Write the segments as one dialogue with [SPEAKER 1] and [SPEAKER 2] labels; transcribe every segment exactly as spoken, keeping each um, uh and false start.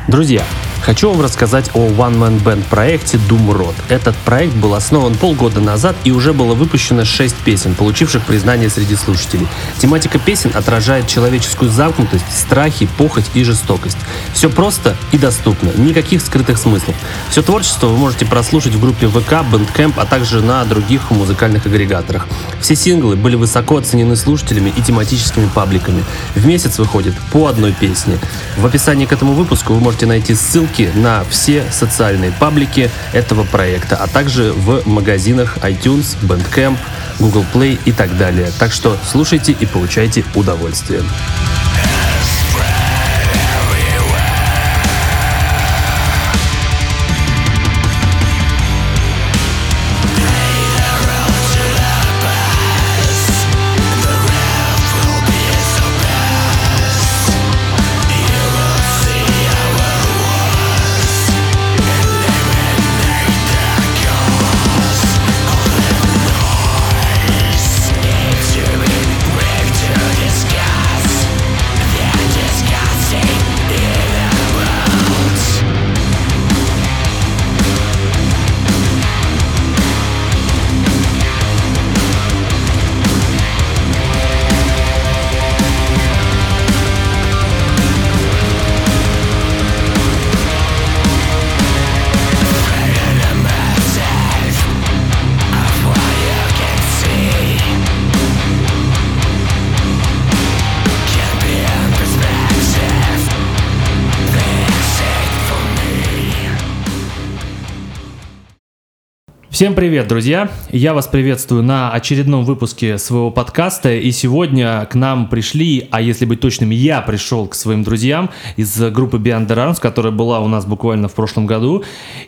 [SPEAKER 1] Друзья, хочу вам рассказать о One Man Band проекте Doomrod. Этот проект был основан полгода назад и уже было выпущено шесть песен, получивших признание среди слушателей. Тематика песен отражает человеческую замкнутость, страхи, похоть и жестокость. Все просто и доступно, никаких скрытых смыслов. Все творчество вы можете прослушать в группе вэ ка, Bandcamp, а также на других музыкальных агрегаторах. Все синглы были высоко оценены слушателями и тематическими пабликами. В месяц выходит по одной песне. В описании к этому выпуску вы можете найти ссылки на все социальные паблики этого проекта, а также в магазинах iTunes, Bandcamp, Google Play и так далее. Так что слушайте и получайте удовольствие. Всем привет, друзья! Я вас приветствую на очередном выпуске своего подкаста. И сегодня к нам пришли, а если быть точным, я пришел к своим друзьям из группы Beyond the Arms, которая была у нас буквально в прошлом году.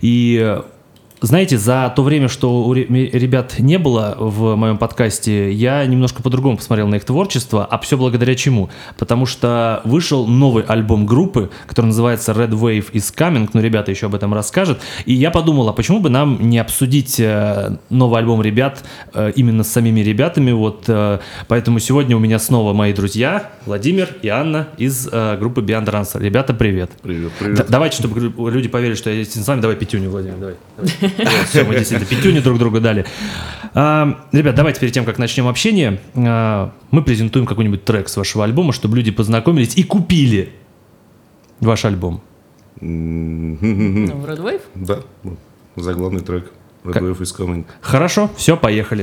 [SPEAKER 1] И знаете, за то время, что у ребят не было в моем подкасте, я немножко по-другому посмотрел на их творчество, а все благодаря чему? Потому что вышел новый альбом группы, который называется Red Wave is Coming, но ребята еще об этом расскажут, и я подумал, а почему бы нам не обсудить новый альбом ребят именно с самими ребятами, вот, поэтому сегодня у меня снова мои друзья Владимир и Анна из группы Beyond the Arms. Ребята, привет.
[SPEAKER 2] Привет, привет.
[SPEAKER 1] Д- давайте, чтобы люди поверили, что я здесь с вами, давай пятюню, Владимир, давай. давай. Вот, все, мы действительно пятюни друг другу дали. А, ребят, давайте перед тем, как начнем общение, а, мы презентуем какой-нибудь трек с вашего альбома, чтобы люди познакомились и купили ваш альбом.
[SPEAKER 3] Ну, Red Wave?
[SPEAKER 2] Да, заглавный трек Red
[SPEAKER 1] Как?
[SPEAKER 2] Wave is Coming.
[SPEAKER 1] Хорошо, все, поехали.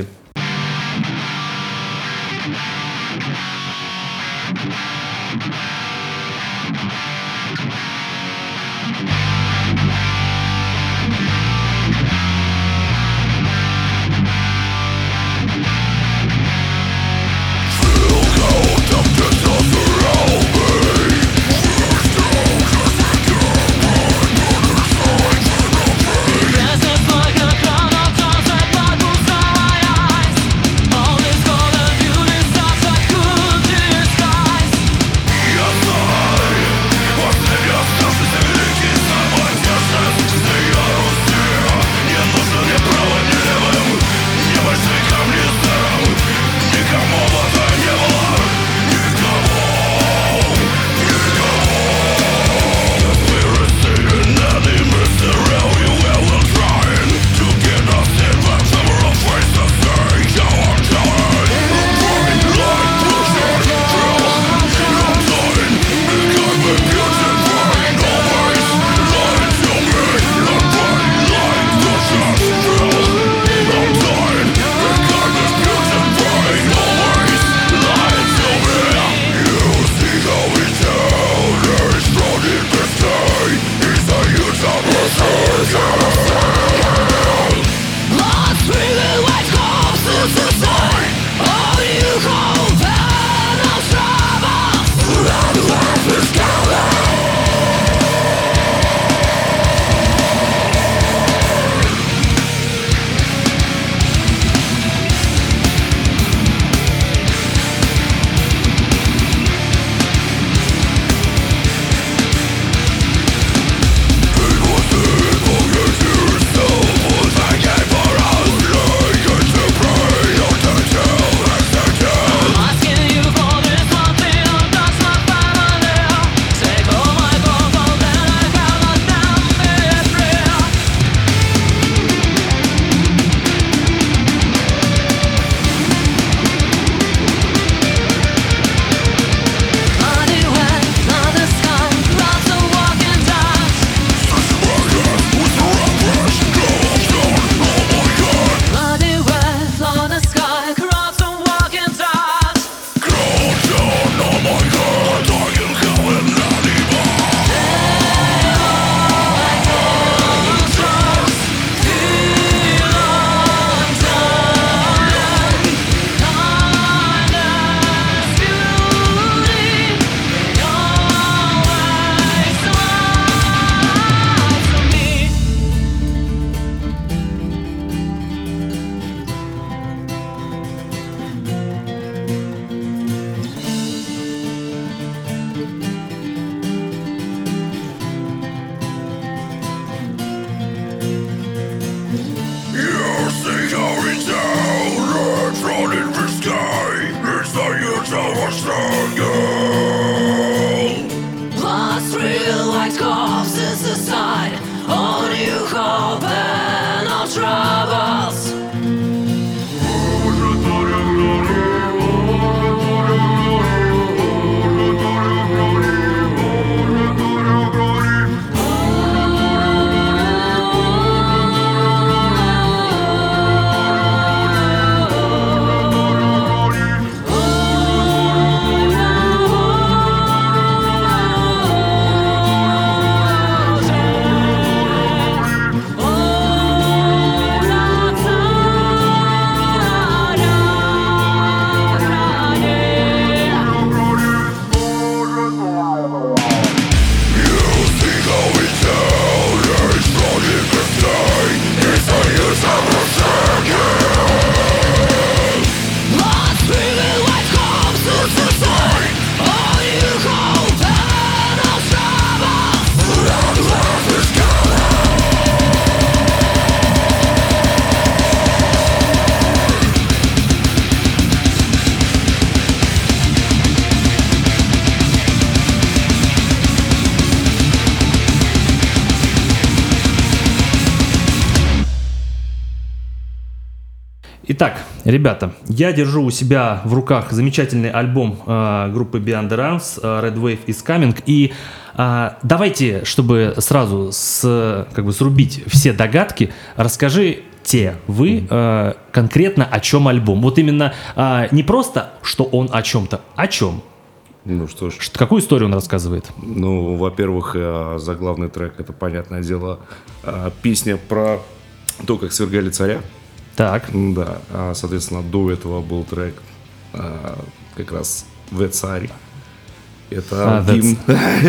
[SPEAKER 4] Итак, ребята, я держу у себя в руках замечательный альбом э, группы Beyond the Rams, э, Red Wave is Coming. И э, давайте, чтобы сразу с, как бы срубить все догадки, расскажите вы э, конкретно, о чем альбом. Вот именно э, не просто, что он о чем-то, о чем.
[SPEAKER 2] Ну что ж.
[SPEAKER 4] Что, какую историю он рассказывает?
[SPEAKER 2] Ну, во-первых, э, заглавный трек, это, понятное дело, э, песня про то, как свергали царя.
[SPEAKER 4] Так.
[SPEAKER 2] Да, а, соответственно, до этого был трек а, как раз «The Царь». Это
[SPEAKER 4] А,
[SPEAKER 2] гимн,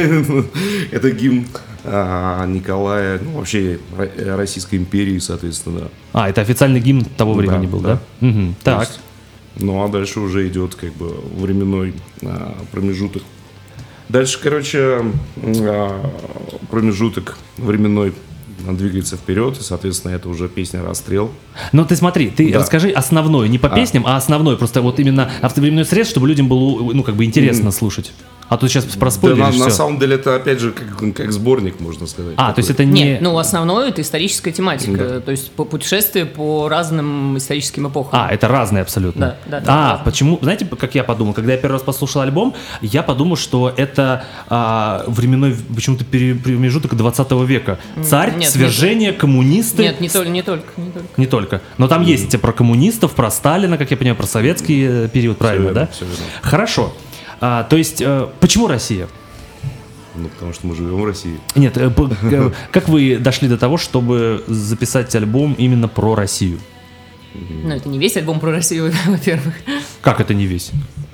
[SPEAKER 2] это гимн а, Николая, ну, вообще Ро- Российской империи, соответственно.
[SPEAKER 4] А, это официальный гимн того времени
[SPEAKER 2] Да,
[SPEAKER 4] был,
[SPEAKER 2] да.
[SPEAKER 4] да? Мгм.
[SPEAKER 2] То
[SPEAKER 4] Так.
[SPEAKER 2] есть, ну, а дальше уже идет как бы временной а, промежуток. Дальше, короче, а, промежуток временной двигается вперед, и, соответственно, это уже песня «Расстрел».
[SPEAKER 4] Ну ты смотри, ты
[SPEAKER 2] Да.
[SPEAKER 4] расскажи основной, не по
[SPEAKER 2] А.
[SPEAKER 4] песням, а основной, просто вот именно автовременной средств, чтобы людям было, ну, как бы интересно слушать. А то сейчас
[SPEAKER 2] Да,
[SPEAKER 4] проспойлеришь
[SPEAKER 2] на,
[SPEAKER 4] все.
[SPEAKER 2] на самом деле это, опять же, как, как сборник, можно сказать.
[SPEAKER 4] А, то есть это
[SPEAKER 3] Нет,
[SPEAKER 4] не...
[SPEAKER 3] ну основное это историческая тематика,
[SPEAKER 2] Да.
[SPEAKER 3] то есть по путешествие по разным историческим эпохам.
[SPEAKER 4] А, это разные абсолютно.
[SPEAKER 3] Да, да, да,
[SPEAKER 4] А,
[SPEAKER 3] разные.
[SPEAKER 4] почему? Знаете, как я подумал? Когда я первый раз послушал альбом, я подумал, что это а, временной почему-то пере- промежуток двадцатого века. Царь,
[SPEAKER 3] нет,
[SPEAKER 4] свержение, коммунисты.
[SPEAKER 3] Нет, не, только, не только, не только.
[SPEAKER 4] Не только. Но там есть про коммунистов, про Сталина, как я понимаю, про советский э, период, правильно,
[SPEAKER 2] верно,
[SPEAKER 4] да?
[SPEAKER 2] всё верно.
[SPEAKER 4] Хорошо. А, то есть, э, почему Россия?
[SPEAKER 2] Ну, потому что мы живем в России.
[SPEAKER 4] Нет, э, п- э, как вы дошли до того, чтобы записать альбом именно про Россию?
[SPEAKER 3] Ну, это не весь альбом про Россию, во-первых.
[SPEAKER 4] Как это не весь?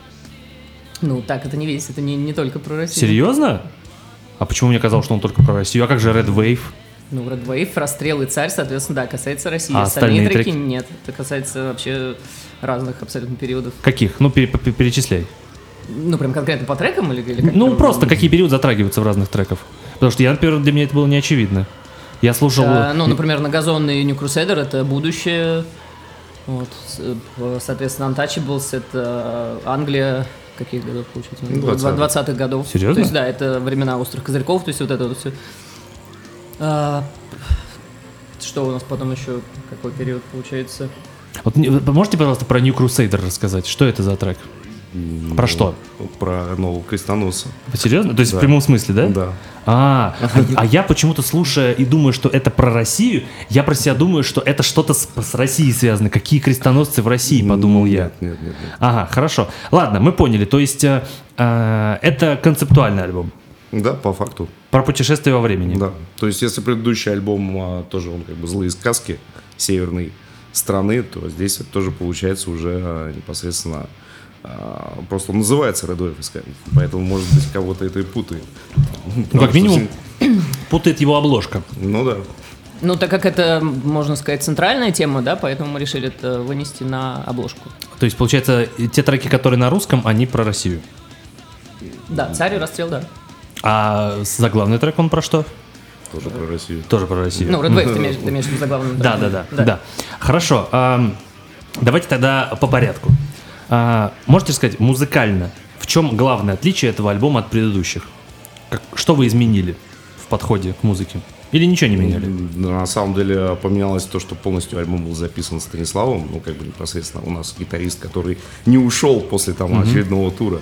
[SPEAKER 3] Ну, так, это не весь, это не, не только про Россию.
[SPEAKER 4] Серьезно? А почему мне казалось, что он только про Россию? А как же Red Wave?
[SPEAKER 3] Ну, Red Wave, Расстрел и Царь, соответственно, да, касается России.
[SPEAKER 4] А
[SPEAKER 3] Остальные
[SPEAKER 4] остальные
[SPEAKER 3] треки
[SPEAKER 4] треки?
[SPEAKER 3] нет. Это касается вообще разных абсолютно периодов.
[SPEAKER 4] Каких? Ну, пере- пере- перечисляй.
[SPEAKER 3] Ну, прям конкретно по трекам или, или как?
[SPEAKER 4] Ну,
[SPEAKER 3] прям?
[SPEAKER 4] просто какие периоды затрагиваются в разных треках. Потому что я, например, для меня это было не очевидно. Я слушал...
[SPEAKER 3] А, ну, например, многозонный New Crusader — это будущее. Вот, с- э, соответственно, Untouchables — это Англия. Каких годов, получается?
[SPEAKER 2] двадцатых.
[SPEAKER 3] двадцатых годов.
[SPEAKER 4] Серьезно?
[SPEAKER 3] То есть, да, это времена острых козырьков, то есть вот это вот все. Что у нас потом еще, какой период получается?
[SPEAKER 4] Вот, не- вы можете, пожалуйста, про New Crusader рассказать? Что это за трек? Про что?
[SPEAKER 2] Про нового крестоносца.
[SPEAKER 4] Серьезно? То есть
[SPEAKER 2] Да.
[SPEAKER 4] в прямом смысле, да?
[SPEAKER 2] Да.
[SPEAKER 4] А, а, а я почему-то слушая и думаю, что это про Россию, я про себя думаю, что это что-то с, с Россией связано. Какие крестоносцы в России, подумал я.
[SPEAKER 2] Нет, нет, нет. нет.
[SPEAKER 4] Ага, хорошо. Ладно, мы поняли. То есть э, э, это концептуальный альбом
[SPEAKER 2] Да, по факту.
[SPEAKER 4] про путешествие во времени.
[SPEAKER 2] Да. То есть, если предыдущий альбом а, тоже он как бы «Злые сказки» северной страны, то здесь это тоже получается уже а, непосредственно а, просто он называется Red Wave is Coming, поэтому, может быть, кого-то это и путает.
[SPEAKER 4] Ну,
[SPEAKER 2] Потому
[SPEAKER 4] как
[SPEAKER 2] что
[SPEAKER 4] минимум,
[SPEAKER 2] все-
[SPEAKER 4] путает его обложка.
[SPEAKER 2] Ну да.
[SPEAKER 3] Ну, так как это, можно сказать, центральная тема, да, поэтому мы решили это вынести на обложку.
[SPEAKER 4] То есть, получается, те треки, которые на русском, они про Россию.
[SPEAKER 3] Да, Царь и Расстрел, да.
[SPEAKER 4] А заглавный трек он про что?
[SPEAKER 2] Тоже про Россию.
[SPEAKER 4] Тоже про Россию.
[SPEAKER 3] Ну, Red Wave ты имеешь, ты имеешь в виду заглавным
[SPEAKER 4] Да, да, да, да. Хорошо. ам, давайте тогда по порядку. А, можете сказать музыкально, в чем главное отличие этого альбома от предыдущих? Как- что вы изменили в подходе к музыке? Или ничего не меняли?
[SPEAKER 2] На самом деле поменялось то, что полностью альбом был записан Станиславом, ну, как бы непосредственно у нас гитарист, который не ушел после там очередного тура,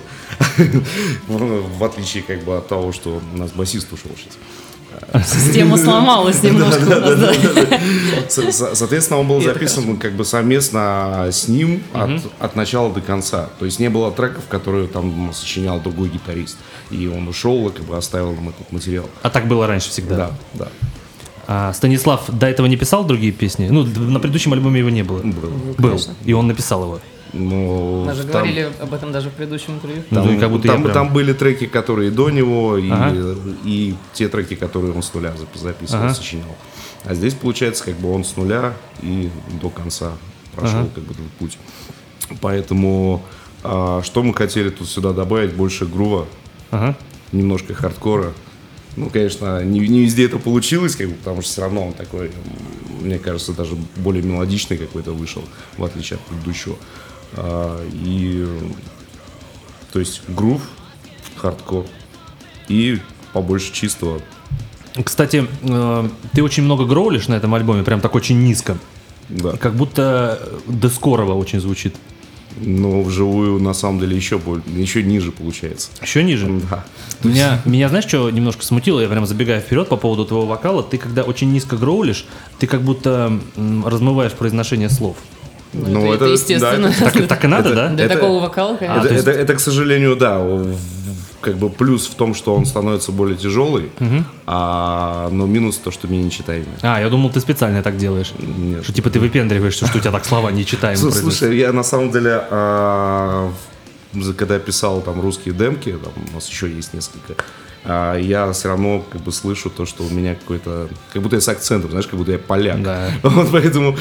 [SPEAKER 2] в отличие как бы от того, что у нас басист ушел сейчас.
[SPEAKER 3] Система сломалась немножко у нас, да.
[SPEAKER 2] Со- со- Соответственно, он был
[SPEAKER 3] И это
[SPEAKER 2] записан как бы совместно с ним от, от начала до конца. То есть не было треков, которые там сочинял другой гитарист. И он ушел и как бы оставил нам этот материал.
[SPEAKER 4] А так было раньше всегда?
[SPEAKER 2] Да, да.
[SPEAKER 4] А Станислав до этого не писал другие песни? Ну, д- на предыдущем альбоме его не было.
[SPEAKER 2] Был.
[SPEAKER 4] Был.
[SPEAKER 3] конечно.
[SPEAKER 4] И он написал его.
[SPEAKER 2] Но
[SPEAKER 3] Мы же
[SPEAKER 2] там-
[SPEAKER 3] говорили об этом даже в предыдущем интервью.
[SPEAKER 4] Ну,
[SPEAKER 2] Там,
[SPEAKER 4] и как будто
[SPEAKER 2] там,
[SPEAKER 4] я прям-
[SPEAKER 2] там были треки, которые до него, и,
[SPEAKER 4] Ага.
[SPEAKER 2] и те треки, которые он с нуля запи- записывал,
[SPEAKER 4] Ага.
[SPEAKER 2] сочинял. А здесь, получается, как бы он с нуля и до конца прошел
[SPEAKER 4] Ага.
[SPEAKER 2] как бы этот путь. Поэтому а, что мы хотели тут сюда добавить? Больше грува,
[SPEAKER 4] Ага.
[SPEAKER 2] немножко хардкора. Ну, конечно, не, не везде это получилось, как бы, потому что все равно он такой, м, мне кажется, даже более мелодичный какой-то вышел, в отличие от предыдущего. А, и, то есть, грув, хардкор и побольше чистого.
[SPEAKER 4] Кстати, э, ты очень много гроулишь на этом альбоме, прям так очень низко.
[SPEAKER 2] Да.
[SPEAKER 4] Как будто Дескорова очень звучит.
[SPEAKER 2] Но вживую на самом деле еще, более, еще ниже получается.
[SPEAKER 4] Еще ниже?
[SPEAKER 2] Да.
[SPEAKER 4] Меня, меня, знаешь, что немножко смутило? Я прям забегая вперед по поводу твоего вокала. Ты когда очень низко гроулишь, ты как будто м, размываешь произношение слов.
[SPEAKER 3] Ну, это, это естественно.
[SPEAKER 2] Да,
[SPEAKER 4] Так, так и надо,
[SPEAKER 2] это,
[SPEAKER 4] да?
[SPEAKER 3] Для
[SPEAKER 2] это,
[SPEAKER 3] такого вокала, конечно.
[SPEAKER 2] Это,
[SPEAKER 4] А, есть...
[SPEAKER 2] это, это, к сожалению, да, в- как бы плюс в том, что он становится более тяжелый,
[SPEAKER 4] Угу.
[SPEAKER 2] а, но минус то, что мне нечитаемый.
[SPEAKER 4] А, я думал, ты специально так делаешь.
[SPEAKER 2] Нет.
[SPEAKER 4] Что типа ты выпендриваешься, что у тебя так слова нечитаемые
[SPEAKER 2] Слушай,
[SPEAKER 4] произносятся.
[SPEAKER 2] слушай, я на самом деле, а, в- когда писал там русские демки, там у нас еще есть несколько, а, я все равно как бы слышу то, что у меня какой-то, как будто я с акцентом, знаешь, как будто я поляк.
[SPEAKER 4] Да.
[SPEAKER 2] Вот поэтому,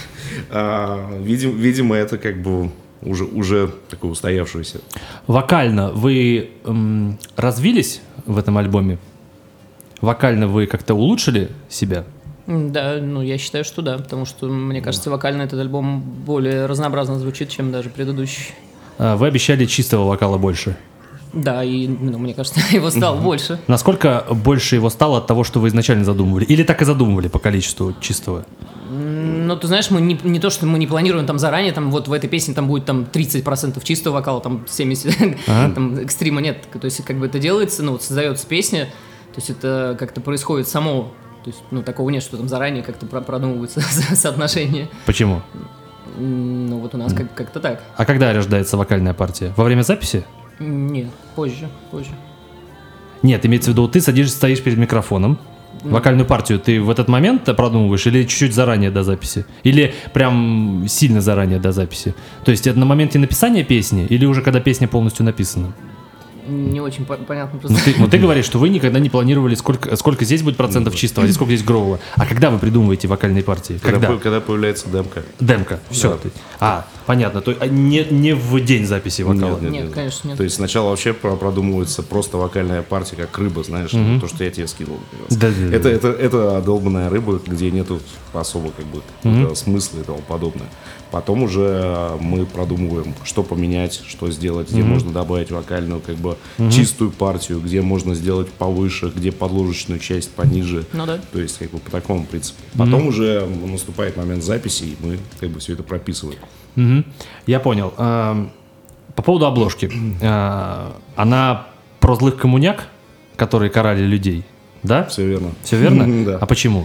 [SPEAKER 2] а, видимо, видимо, это как бы уже, уже такое устоявшееся.
[SPEAKER 4] Вокально вы м, развились в этом альбоме? Вокально вы как-то улучшили себя?
[SPEAKER 3] М, Да, ну я считаю, что да, потому что, мне кажется, вокально этот альбом более разнообразно звучит, чем даже предыдущий.
[SPEAKER 4] А, Вы обещали чистого вокала больше.
[SPEAKER 3] Да, и, ну, мне кажется, его стало больше.
[SPEAKER 4] Насколько больше его стало от того, что вы изначально задумывали? Или так и задумывали по количеству чистого?
[SPEAKER 3] Ну, ты знаешь, мы не, не то, что мы не планируем там заранее, там вот в этой песне там будет там тридцать процентов чистого вокала, там семьдесят процентов
[SPEAKER 4] Ага.
[SPEAKER 3] там, экстрима нет. То есть как бы это делается, ну, вот создается песня, то есть это как-то происходит само. То есть, ну, такого нет, что там заранее как-то про- продумывается соотношение.
[SPEAKER 4] Почему?
[SPEAKER 3] М, Ну, вот у нас как- как-то так.
[SPEAKER 4] А когда рождается вокальная партия? Во время записи?
[SPEAKER 3] Нет, позже, позже.
[SPEAKER 4] Нет, имеется в виду, ты садишься, стоишь перед микрофоном. Вокальную партию ты в этот момент продумываешь или чуть-чуть заранее до записи? Или прям сильно заранее до записи? То есть это на моменте написания песни или уже когда песня полностью написана?
[SPEAKER 3] Не очень по- понятно.
[SPEAKER 4] Ну
[SPEAKER 3] просто.
[SPEAKER 4] ты, ну ты говоришь, что вы никогда не планировали, сколько, сколько здесь будет процентов чистого, или сколько здесь гроула. А когда вы придумываете вокальные партии?
[SPEAKER 2] Когда,
[SPEAKER 4] Когда?
[SPEAKER 2] по- когда появляется демка.
[SPEAKER 4] Демка. Все.
[SPEAKER 2] Да.
[SPEAKER 4] А, понятно. То, а не, не в день записи вокала.
[SPEAKER 3] Нет, конечно, нет.
[SPEAKER 2] То есть сначала вообще про- продумывается просто вокальная партия, как рыба, знаешь,
[SPEAKER 4] Мгм.
[SPEAKER 2] то, что я тебе скинул.
[SPEAKER 4] Да, да, да.
[SPEAKER 2] Это, это, это долбанная рыба, где нету особо как бы какого-то смысла и тому подобное. Потом уже мы продумываем, что поменять, что сделать, где можно добавить вокальную как бы чистую партию, где можно сделать повыше, где подложечную часть пониже.
[SPEAKER 3] Ну да.
[SPEAKER 2] То есть как бы по такому принципу. Потом уже наступает момент записи, и мы как бы все это прописываем.
[SPEAKER 4] Мгм. Я понял. Эм, По поводу обложки. Э, Она про злых коммуняк, которые карали людей, да?
[SPEAKER 2] Все верно.
[SPEAKER 4] Все верно?
[SPEAKER 2] Да.
[SPEAKER 4] А почему?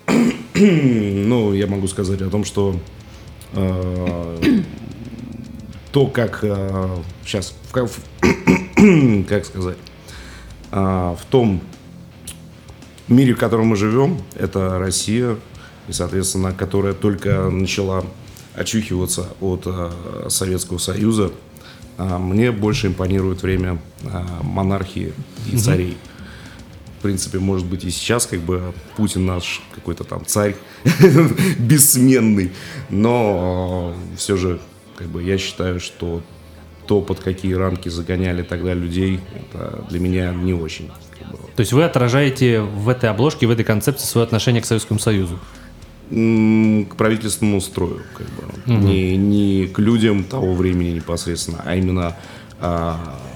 [SPEAKER 2] Ну, я могу сказать о том, что э, то, как сейчас, как, как сказать, э, в том мире, в котором мы живем, это Россия, и, соответственно, которая только начала очухиваться от э, Советского Союза, э, мне больше импонирует время э, монархии и царей. В принципе, может быть, и сейчас как бы Путин наш какой-то там царь бессменный, но э, все же как бы я считаю, что то, под какие рамки загоняли тогда людей, это для меня не очень. Как бы.
[SPEAKER 4] То есть вы отражаете в этой обложке, в этой концепции свое отношение к Советскому Союзу?
[SPEAKER 2] М, К правительственному строю, как бы. Не, не к людям того времени непосредственно, а именно а,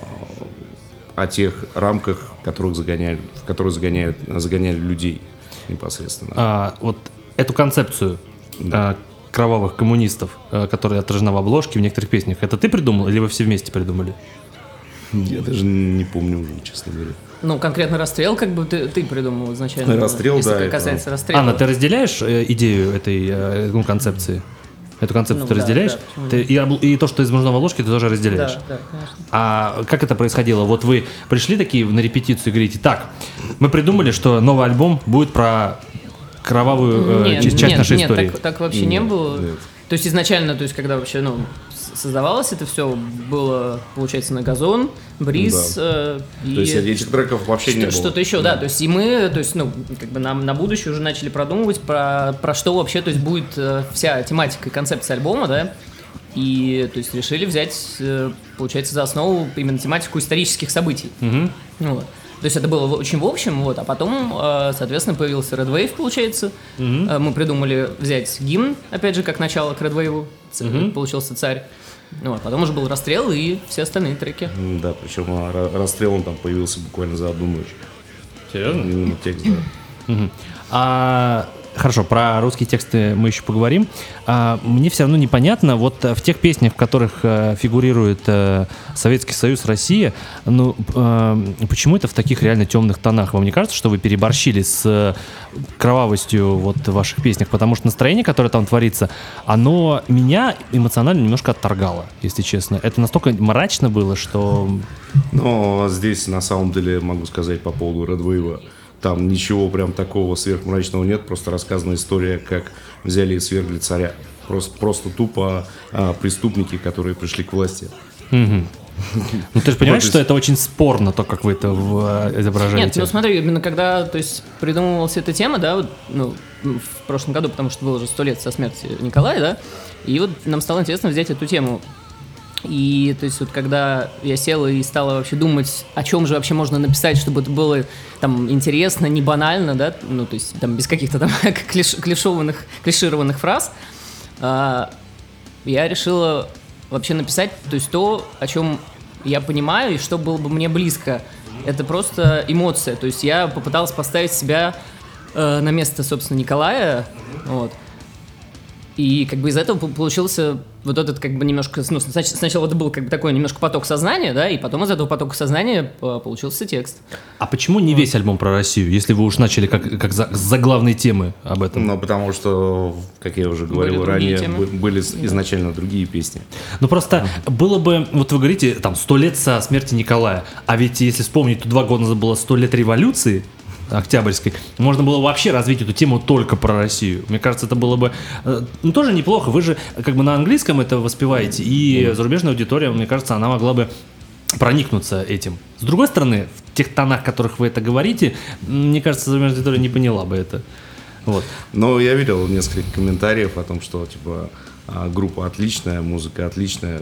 [SPEAKER 2] о тех рамках, которых загоняли, в которые загоняют, загоняли людей непосредственно.
[SPEAKER 4] А, вот эту концепцию а, кровавых коммунистов, а, которая отражена в обложке в некоторых песнях, это ты придумал или вы все вместе придумали?
[SPEAKER 2] Я даже не помню уже, честно говоря.
[SPEAKER 3] Ну, конкретно расстрел, как бы ты, ты придумал изначально.
[SPEAKER 2] Расстрел,
[SPEAKER 3] если
[SPEAKER 2] да,
[SPEAKER 3] как
[SPEAKER 2] это-
[SPEAKER 3] касается расстрела.
[SPEAKER 4] Анна, ты разделяешь э, идею этой э, ну, концепции? Эту концепцию
[SPEAKER 3] Ну
[SPEAKER 4] ты
[SPEAKER 3] да,
[SPEAKER 4] разделяешь?
[SPEAKER 3] да, почему
[SPEAKER 4] Ты- и, обл- и то, что изображено в обложке, ты тоже разделяешь?
[SPEAKER 3] Да, да, конечно.
[SPEAKER 4] А как это происходило? Вот вы пришли такие на репетицию и говорите, так, мы придумали, что новый альбом будет про кровавую э,
[SPEAKER 3] Нет,
[SPEAKER 4] часть, часть
[SPEAKER 3] нет,
[SPEAKER 4] нашей
[SPEAKER 3] нет,
[SPEAKER 4] истории.
[SPEAKER 3] Так, так вообще не
[SPEAKER 2] Нет,
[SPEAKER 3] было.
[SPEAKER 2] нет.
[SPEAKER 3] То есть изначально, то есть когда вообще, ну, с- создавалось это все, было, получается, на газон, бриз, э, и
[SPEAKER 2] То есть этих треков вообще не
[SPEAKER 3] что-
[SPEAKER 2] было.
[SPEAKER 3] что-то еще, да. То есть и мы, то есть, ну, как бы нам на будущее уже начали продумывать про, про что вообще, то есть будет э, вся тематика и концепция альбома, да. И, то есть, решили взять, э, получается, за основу именно тематику исторических событий.
[SPEAKER 4] Мгм.
[SPEAKER 3] Вот. То есть это было в- очень в общем, вот, а потом, э, соответственно, появился Red Wave, получается. Э, Мы придумали взять гимн, опять же, как начало к Red Wave, ц-
[SPEAKER 4] Мгм.
[SPEAKER 3] получился царь. Ну, вот, потом уже был расстрел и все остальные треки.
[SPEAKER 2] М, Да, причем а, ра- расстрел он там появился буквально за одну ночь.
[SPEAKER 4] Серьезно?
[SPEAKER 2] Именно текст, да.
[SPEAKER 4] Мгм. А Хорошо, про русские тексты мы еще поговорим. А, мне все равно непонятно, вот в тех песнях, в которых а, фигурирует а, Советский Союз, Россия, ну, а, почему это в таких реально темных тонах? Вам не кажется, что вы переборщили с а, кровавостью вот в ваших песнях? Потому что настроение, которое там творится, оно меня эмоционально немножко отторгало, если честно. Это настолько мрачно было, что...
[SPEAKER 2] Но здесь, на самом деле, могу сказать по поводу Red Wave, там ничего прям такого сверхмрачного нет, просто рассказана история, как взяли и свергли царя. Просто, просто тупо а, преступники, которые пришли к власти.
[SPEAKER 4] Ну ты же понимаешь, что это очень спорно, то, как вы это в- изображаете?
[SPEAKER 3] Нет, ну смотри, именно когда, то есть, придумывалась эта тема, да, вот, ну, в прошлом году, потому что было уже сто лет со смерти Николая, да, и вот нам стало интересно взять эту тему. И, то есть, вот когда я села и стала вообще думать, о чем же вообще можно написать, чтобы это было там интересно, не банально, да, ну, то есть, там, без каких-то там клиш- клишованных, клишированных фраз, а, я решила вообще написать, то есть, то, о чем я понимаю и что было бы мне близко. Это просто эмоция, то есть, я попыталась поставить себя э, на место, собственно, Николая, вот. И как бы из этого получился вот этот как бы немножко, ну, снач- сначала это был как бы такой немножко поток сознания, да, и потом из этого потока сознания э, получился текст.
[SPEAKER 4] А почему не весь альбом про Россию, если вы уж начали как, как за, с заглавной темы об этом?
[SPEAKER 2] Ну, потому что, как я уже говорил
[SPEAKER 3] Были другие
[SPEAKER 2] ранее,
[SPEAKER 3] темы.
[SPEAKER 2] бы- были с- изначально другие песни.
[SPEAKER 4] Ну просто было бы, вот вы говорите, там, сто лет со смерти Николая, а ведь если вспомнить, то два года назад было сто лет революции Октябрьской, можно было вообще развить эту тему только про Россию. Мне кажется, это было бы, э, ну, тоже неплохо. Вы же как бы на английском это воспеваете, и зарубежная аудитория, мне кажется, она могла бы проникнуться этим. С другой стороны, в тех тонах, в которых вы это говорите, м, мне кажется, зарубежная аудитория не поняла бы это. Вот.
[SPEAKER 2] Но я видел несколько комментариев о том, что, типа, а, группа отличная, музыка отличная,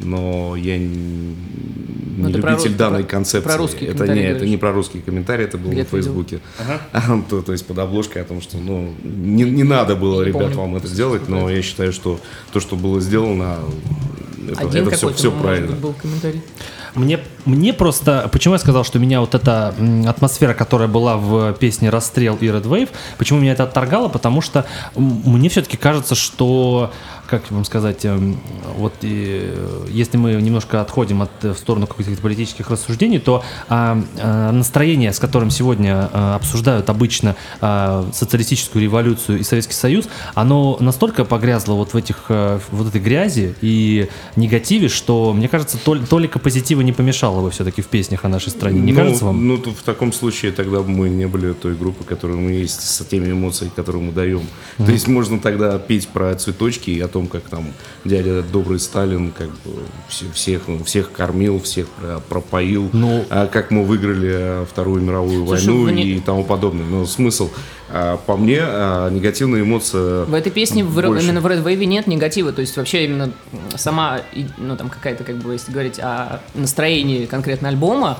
[SPEAKER 2] но я не,
[SPEAKER 3] Ну,
[SPEAKER 2] не
[SPEAKER 3] ты про
[SPEAKER 2] любитель
[SPEAKER 3] рус-
[SPEAKER 2] данной
[SPEAKER 3] про-
[SPEAKER 2] концепции.
[SPEAKER 3] про русские
[SPEAKER 2] это,
[SPEAKER 3] комментарии
[SPEAKER 2] не, это
[SPEAKER 3] говоришь?
[SPEAKER 2] не про русские комментарии, это было
[SPEAKER 3] Где
[SPEAKER 2] на
[SPEAKER 3] ты видел?
[SPEAKER 2] Фейсбуке. то, то есть под обложкой о том, что ну, не, не надо было,
[SPEAKER 3] Не
[SPEAKER 2] ребят,
[SPEAKER 3] помню.
[SPEAKER 2] вам это сделать, но я считаю, что то, что было сделано, это,
[SPEAKER 3] Один
[SPEAKER 2] это все,
[SPEAKER 3] какой-то,
[SPEAKER 2] все
[SPEAKER 3] может
[SPEAKER 2] правильно.
[SPEAKER 3] быть, был комментарий.
[SPEAKER 4] Мне, мне просто... Почему я сказал, что меня вот эта м, атмосфера, которая была в песне «Расстрел» и «Red Wave», почему меня это отторгало? Потому что м, мне все-таки кажется, что... Как вам сказать, эм, вот и, э, если мы немножко отходим от, э, в сторону каких-то политических рассуждений, то а, а, настроение, с которым сегодня а, обсуждают обычно а, социалистическую революцию и Советский Союз, оно настолько погрязло вот в этих, э, вот этой грязи и негативе, что, мне кажется, тол- толика позитива не помешало бы все-таки в песнях о нашей стране. Не
[SPEAKER 2] ну,
[SPEAKER 4] кажется вам?
[SPEAKER 2] Ну, то в таком случае тогда бы мы не были той группой, которую мы есть, с теми эмоциями, которые мы даем. Mm-hmm. То есть можно тогда петь про цветочки и о том, как там дядя добрый Сталин как бы все- всех, всех кормил, всех про- пропоил,
[SPEAKER 4] Ну.
[SPEAKER 2] а как мы выиграли Вторую мировую
[SPEAKER 3] Слушай,
[SPEAKER 2] войну
[SPEAKER 3] вы не-
[SPEAKER 2] и тому подобное. Но смысл, а, по мне, а, негативные эмоции...
[SPEAKER 3] В этой песне в,
[SPEAKER 2] больше.
[SPEAKER 3] именно в Red Wave нет негатива, то есть вообще именно сама, и- ну там какая-то, как бы, если говорить о настроении конкретно альбома,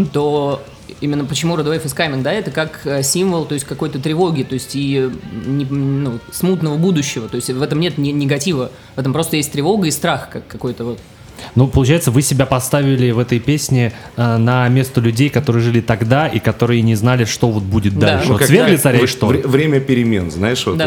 [SPEAKER 3] то именно почему Red Wave is Coming, да, это как э, символ, то есть какой-то тревоги, то есть и не- ну, смутного будущего, то есть в этом нет ни- негатива, в этом просто есть тревога и страх как какой-то вот.
[SPEAKER 4] Ну, получается, вы себя поставили в этой песне э, на место людей, которые жили тогда и которые не знали, что вот будет
[SPEAKER 3] Да.
[SPEAKER 4] дальше.
[SPEAKER 3] Ну,
[SPEAKER 4] Вот
[SPEAKER 2] как
[SPEAKER 4] свергли
[SPEAKER 2] так,
[SPEAKER 4] царя и
[SPEAKER 2] вре-
[SPEAKER 4] что?
[SPEAKER 2] вре- Время перемен, знаешь, вот.
[SPEAKER 3] Да.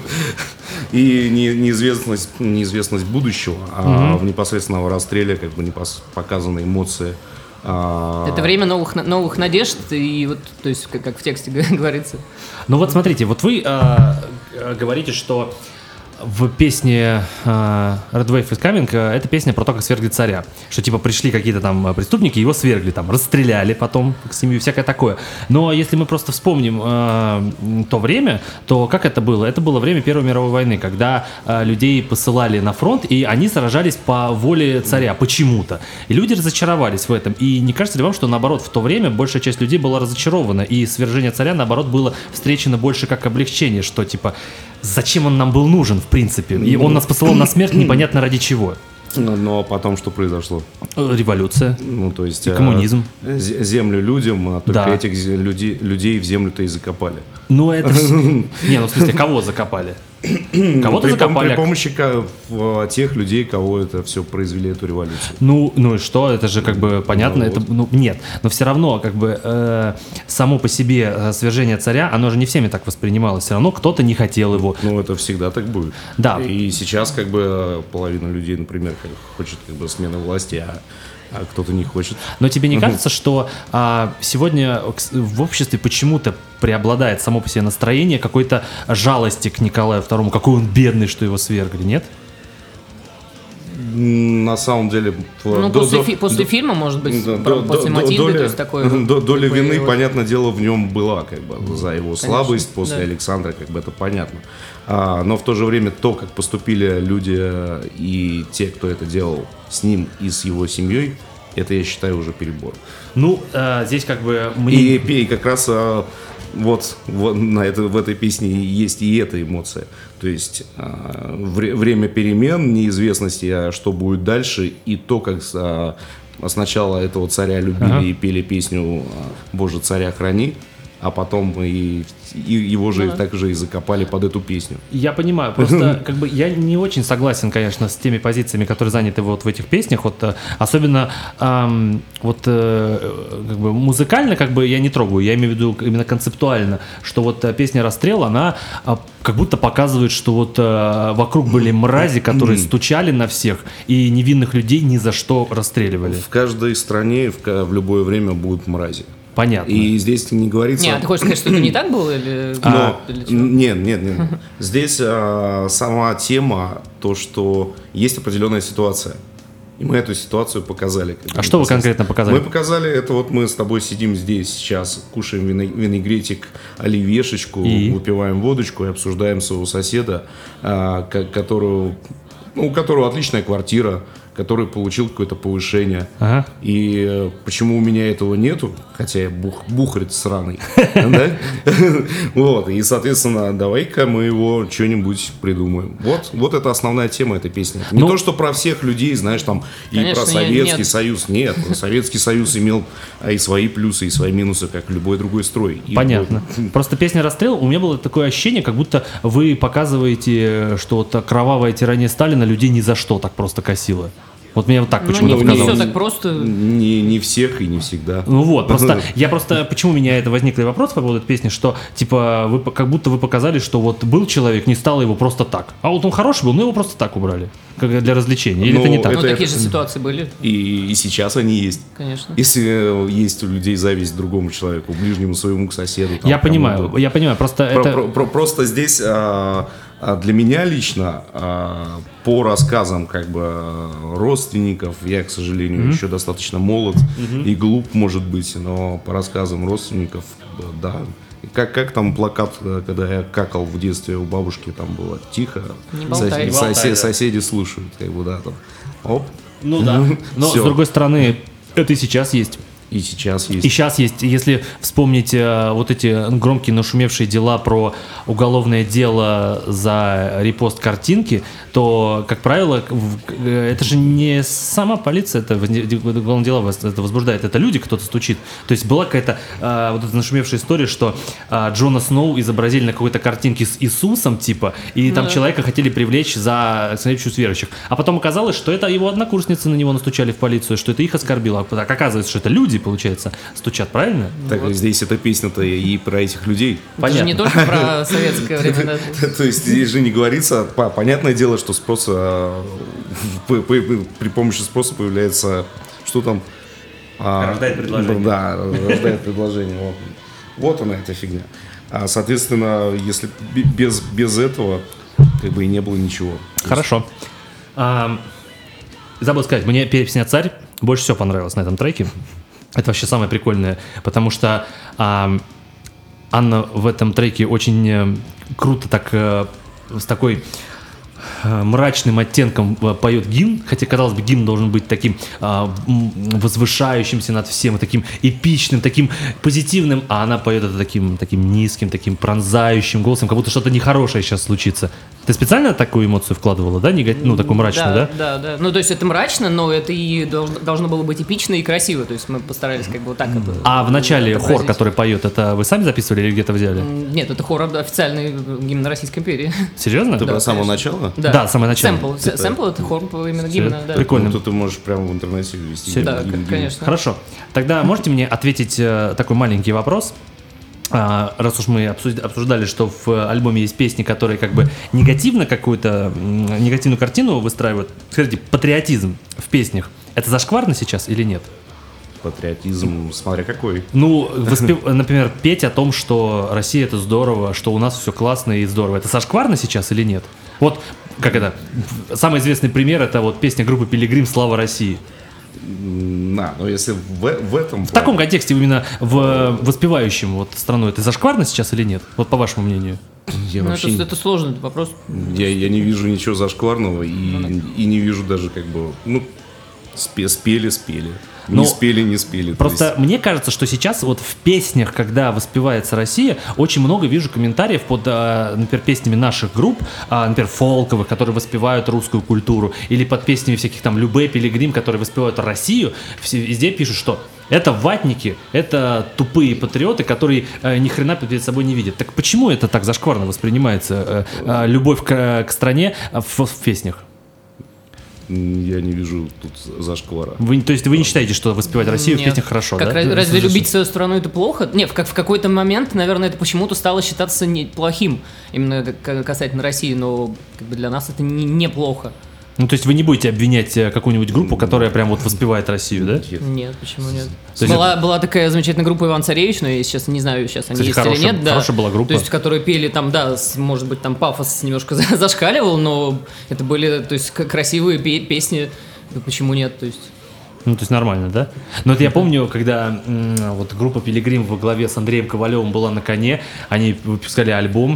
[SPEAKER 2] И не- неизвестность, неизвестность будущего, а в непосредственном расстреле как бы не пос- показаны эмоции. а,
[SPEAKER 3] Это время новых, на- новых надежд и вот, то есть как, как в тексте говорится.
[SPEAKER 4] Ну вот смотрите, вот вы э, э, говорите, что в песне э, Red Wave is Coming э, это песня про то, как свергли царя. Что типа пришли какие-то там э, преступники, его свергли, там, расстреляли потом к семью, всякое такое. Но если мы просто вспомним э, то время, то как это было? Это было время Первой мировой войны, когда э, людей посылали на фронт, и они сражались по воле царя почему-то. И люди разочаровались в этом. И не кажется ли вам, что наоборот, в то время большая часть людей была разочарована, и свержение царя, наоборот, было встречено больше как облегчение, что типа зачем он нам был нужен, в принципе? И он нас посылал на смерть непонятно ради чего.
[SPEAKER 2] Ну, но потом что произошло?
[SPEAKER 4] Э, Революция.
[SPEAKER 2] Ну, то есть...
[SPEAKER 4] И
[SPEAKER 2] а,
[SPEAKER 4] коммунизм.
[SPEAKER 2] зе- Землю людям, а только
[SPEAKER 4] Да.
[SPEAKER 2] этих зе- людей, людей в землю-то и закопали.
[SPEAKER 4] Ну, это... вс- Не, ну, в смысле, кого закопали? Кого-то
[SPEAKER 2] при,
[SPEAKER 4] закопали.
[SPEAKER 2] при помощи ка- в- тех людей, кого это все произвели, эту революцию.
[SPEAKER 4] Ну, ну и что, это же как бы понятно,
[SPEAKER 2] Ну
[SPEAKER 4] это,
[SPEAKER 2] вот.
[SPEAKER 4] ну, нет, но все равно как бы э, само по себе э, свержение царя, оно же не всеми так воспринималось, все равно кто-то не хотел его.
[SPEAKER 2] Ну, это всегда так будет.
[SPEAKER 4] Да.
[SPEAKER 2] И сейчас как бы половина людей, например, как, хочет как бы смены власти, а, а кто-то не хочет.
[SPEAKER 4] Но тебе не кажется, что а, сегодня в обществе почему-то преобладает само по себе настроение какой-то жалости к Николаю второму, какой он бедный, что его свергли, нет?
[SPEAKER 2] На самом деле...
[SPEAKER 3] Ну,
[SPEAKER 2] до-
[SPEAKER 3] после,
[SPEAKER 2] до-
[SPEAKER 3] фи- после
[SPEAKER 2] до-
[SPEAKER 3] фильма, может быть,
[SPEAKER 2] Да,
[SPEAKER 3] про-
[SPEAKER 2] до-
[SPEAKER 3] после
[SPEAKER 2] до-
[SPEAKER 3] Матильды,
[SPEAKER 2] доля-
[SPEAKER 3] то есть такое...
[SPEAKER 2] до- Доля
[SPEAKER 3] такое
[SPEAKER 2] вины,
[SPEAKER 3] вот-
[SPEAKER 2] понятное дело, в нем была, как бы, за его слабость после
[SPEAKER 3] да.
[SPEAKER 2] Александра, как бы это понятно. А, но в то же время то, как поступили люди э, и те, кто это делал с ним и с его семьей, это, я считаю, уже перебор.
[SPEAKER 4] Ну, э, здесь как бы мне...
[SPEAKER 2] И, и как раз а, вот, вот на это, в этой песне есть и эта эмоция. То есть а, вре- время перемен, неизвестности, а что будет дальше, и то, как а, сначала этого царя любили
[SPEAKER 4] Ага.
[SPEAKER 2] и пели песню а, «Боже, царя храни», а потом и, и его же так же и закопали под эту песню.
[SPEAKER 4] Я понимаю, просто как бы я не очень согласен, конечно, с теми позициями, которые заняты вот в этих песнях, вот э, особенно эм, вот э, как бы музыкально, как бы я не трогаю, я имею в виду именно концептуально, что вот э, песня «Расстрел», она э, как будто показывает, что вот э, вокруг были мрази, которые стучали на всех и невинных людей ни за что расстреливали.
[SPEAKER 2] В каждой стране в, ка- в любое время будут мрази.
[SPEAKER 4] Понятно.
[SPEAKER 2] И здесь не говорится...
[SPEAKER 3] Не, а ты хочешь сказать, что это не так было? Или...
[SPEAKER 2] Но,
[SPEAKER 3] или чего?
[SPEAKER 2] нет, нет, нет. Здесь а, сама тема, то, что есть определенная ситуация. И мы эту ситуацию показали. как бы,
[SPEAKER 4] А что вы
[SPEAKER 2] непосредственно.
[SPEAKER 4] конкретно показали?
[SPEAKER 2] Мы показали, это вот мы с тобой сидим здесь сейчас, кушаем вино- винегретик, оливьешечку,
[SPEAKER 4] И?
[SPEAKER 2] выпиваем водочку и обсуждаем своего соседа, а, ко- которого, ну, у которого отличная квартира, который получил какое-то повышение.
[SPEAKER 4] Ага.
[SPEAKER 2] И э, почему у меня этого нету, хотя я бух, бухарь сраный, да? Вот, и, соответственно, давай-ка мы его что-нибудь придумаем. Вот, вот это основная тема этой песни. Не
[SPEAKER 4] Ну,
[SPEAKER 2] то, что про всех людей, знаешь, там, и
[SPEAKER 3] Конечно,
[SPEAKER 2] про
[SPEAKER 3] не-
[SPEAKER 2] Советский
[SPEAKER 3] нет.
[SPEAKER 2] Союз. Нет, Советский Союз имел а, и свои плюсы, и свои минусы, как любой другой строй. И
[SPEAKER 4] Понятно.
[SPEAKER 2] вот-
[SPEAKER 4] Просто песня «Расстрел», у меня было такое ощущение, как будто вы показываете, что вот кровавая тирания Сталина людей ни за что так просто косила. Вот мне вот так
[SPEAKER 3] Ну,
[SPEAKER 4] почему-то
[SPEAKER 3] не, не
[SPEAKER 4] показалось.
[SPEAKER 3] все так просто.
[SPEAKER 2] Не, не всех и не всегда.
[SPEAKER 4] Ну вот, просто я просто, почему у меня это возник вопрос по поводу этой песни, что типа вы по- как будто вы показали, что вот был человек, не стало его просто так. А вот он хороший был, но его просто так убрали. Как для развлечения. Или
[SPEAKER 2] Ну,
[SPEAKER 4] это не так?
[SPEAKER 3] Ну,
[SPEAKER 2] Это-
[SPEAKER 3] такие
[SPEAKER 2] это-
[SPEAKER 3] же ситуации были,
[SPEAKER 2] И, и сейчас они есть.
[SPEAKER 3] конечно.
[SPEAKER 2] Если э, есть у людей зависть к другому человеку, ближнему своему, к соседу. там,
[SPEAKER 4] Я
[SPEAKER 2] кому
[SPEAKER 4] понимаю,
[SPEAKER 2] угодно.
[SPEAKER 4] я понимаю, просто
[SPEAKER 2] Про-
[SPEAKER 4] это...
[SPEAKER 2] про- про- просто здесь а, а, для меня лично а, по рассказам как бы а, родственников, я, к сожалению, еще достаточно молод и глуп, может быть, но по рассказам родственников, э, да. И Как, как там плакат, э, когда я какал в детстве у бабушки, там было тихо,
[SPEAKER 3] Не болтай.
[SPEAKER 2] сос-
[SPEAKER 3] Не
[SPEAKER 4] болтай,
[SPEAKER 2] сосе-
[SPEAKER 4] да.
[SPEAKER 2] соседи слушают, как бы, да, там, оп,
[SPEAKER 4] Ну да. Но
[SPEAKER 2] Всё.
[SPEAKER 4] с другой стороны, это и сейчас есть.
[SPEAKER 2] и сейчас есть.
[SPEAKER 4] И сейчас есть, если вспомнить э, вот эти громкие нашумевшие дела про уголовное дело за репост картинки, то, как правило, в- э, это же не сама полиция, это возне- уголовное дело вас- это возбуждает, это люди, кто-то стучит. То есть была какая-то э, вот эта нашумевшая история, что э, Джона Сноу изобразили на какой-то картинке с Иисусом, типа, и там
[SPEAKER 3] да.
[SPEAKER 4] человека хотели привлечь за следующую с верующих. А потом оказалось, что это его однокурсницы на него настучали в полицию, что это их оскорбило. А так оказывается, что это люди, получается, стучат, правильно?
[SPEAKER 2] Так здесь эта песня-то и про этих людей.
[SPEAKER 3] Это же не только про советское время, да.
[SPEAKER 2] То есть здесь же не говорится, по- понятное дело, что спрос, а, п- п- при помощи спроса появляется, что там? А,
[SPEAKER 4] Рождает предложение.
[SPEAKER 2] Да, рождает предложение. Вот, вот она эта фигня. А, соответственно, если бе- без, без этого как бы и не было ничего.
[SPEAKER 4] Хорошо. А, забыл сказать, мне песня «Царь» больше всего понравилась на этом треке. Это вообще самое прикольное, потому что а, Анна в этом треке очень э, круто так э, с такой э, мрачным оттенком э, поет гимн, хотя, казалось бы, гимн должен быть таким а, м, возвышающимся над всем, таким эпичным, таким позитивным, а она поет это таким, таким низким, таким пронзающим голосом, как будто что-то нехорошее сейчас случится. Ты специально такую эмоцию вкладывала, да? Нега... Ну, такую мрачную, да?
[SPEAKER 3] Да, да, да. Ну, то есть это мрачно, но это и должно, должно было быть эпично и красиво. То есть мы постарались как бы вот так это.
[SPEAKER 4] А в начале
[SPEAKER 3] отобразить.
[SPEAKER 4] хор, который поет, это вы сами записывали или где-то взяли?
[SPEAKER 3] Нет, это хор официальный гимн Российской империи.
[SPEAKER 4] Серьезно?
[SPEAKER 2] Ты
[SPEAKER 3] Да,
[SPEAKER 2] про самого
[SPEAKER 3] конечно.
[SPEAKER 2] начала?
[SPEAKER 4] Да, самое начало.
[SPEAKER 3] Сэмпл. С- Сэмпл это хор именно гимна, да.
[SPEAKER 4] Прикольно.
[SPEAKER 2] Ну, то ты можешь прямо в интернете ввести.
[SPEAKER 4] Серьезно?
[SPEAKER 3] Да,
[SPEAKER 2] гимн,
[SPEAKER 3] к-
[SPEAKER 2] гимн.
[SPEAKER 3] конечно.
[SPEAKER 4] Хорошо. Тогда можете мне ответить э, такой маленький вопрос? А, раз уж мы обсуд- обсуждали, что в альбоме есть песни, которые как бы негативно какую-то м, негативную картину выстраивают. Скажите, патриотизм в песнях — это зашкварно сейчас или нет?
[SPEAKER 2] Патриотизм, смотря какой.
[SPEAKER 4] Ну, воспев- например, петь о том, что Россия — это здорово, что у нас все классно и здорово. Это зашкварно сейчас или нет? Вот, как это, самый известный пример — это вот песня группы «Пилигрим. Слава России».
[SPEAKER 2] На, но если в, в этом...
[SPEAKER 4] В таком контексте, именно в воспевающем вот страну, это зашкварно сейчас или нет? Вот по вашему мнению.
[SPEAKER 2] Я
[SPEAKER 3] Ну,
[SPEAKER 2] вообще...
[SPEAKER 3] это, это сложный вопрос.
[SPEAKER 2] Я, я не вижу ничего зашкварного и, и не вижу даже как бы, ну, спе- спели, спели. Не
[SPEAKER 4] Ну,
[SPEAKER 2] спели, не спели. То
[SPEAKER 4] Просто
[SPEAKER 2] есть,
[SPEAKER 4] мне кажется, что сейчас вот в песнях, когда воспевается Россия, очень много вижу комментариев под, а, например, песнями наших групп, а, например, фолковых, которые воспевают русскую культуру, или под песнями всяких там Любэ, Пилигрим, которые воспевают Россию, все, везде пишут, что это ватники, это тупые патриоты, которые э, ни хрена перед собой не видят. Так почему это так зашкварно воспринимается, э, э, любовь к, к стране в, в песнях?
[SPEAKER 2] я не вижу тут зашквара.
[SPEAKER 4] Вы, то есть вы не считаете, что воспевать Россию
[SPEAKER 3] Нет.
[SPEAKER 4] в песнях хорошо,
[SPEAKER 3] Как,
[SPEAKER 4] да?
[SPEAKER 3] раз- Разве
[SPEAKER 4] Слушай,
[SPEAKER 3] любить свою страну это плохо? Нет, в, как, в какой-то момент, наверное, это почему-то стало считаться не плохим, именно к- касательно России, но как бы для нас это не, неплохо.
[SPEAKER 4] Ну, то есть вы не будете обвинять э, какую-нибудь группу, которая прям вот воспевает Россию, да?
[SPEAKER 2] Нет.
[SPEAKER 3] Нет, почему нет?
[SPEAKER 4] То есть
[SPEAKER 3] Была, была такая замечательная группа Иван Царевич, но я сейчас не знаю, сейчас они
[SPEAKER 4] Кстати,
[SPEAKER 3] есть
[SPEAKER 4] хорошая-
[SPEAKER 3] или нет. Да.
[SPEAKER 4] хорошая была группа.
[SPEAKER 3] То есть, которые пели там, да, с- может быть, там пафос немножко за- зашкаливал, но это были, то есть, к- красивые пе- песни. Да почему нет? То есть.
[SPEAKER 4] Ну, то есть нормально, да? Но вот я помню, когда м, вот группа «Пилигрим» во главе с Андреем Ковалевым была на коне, они выпускали альбом,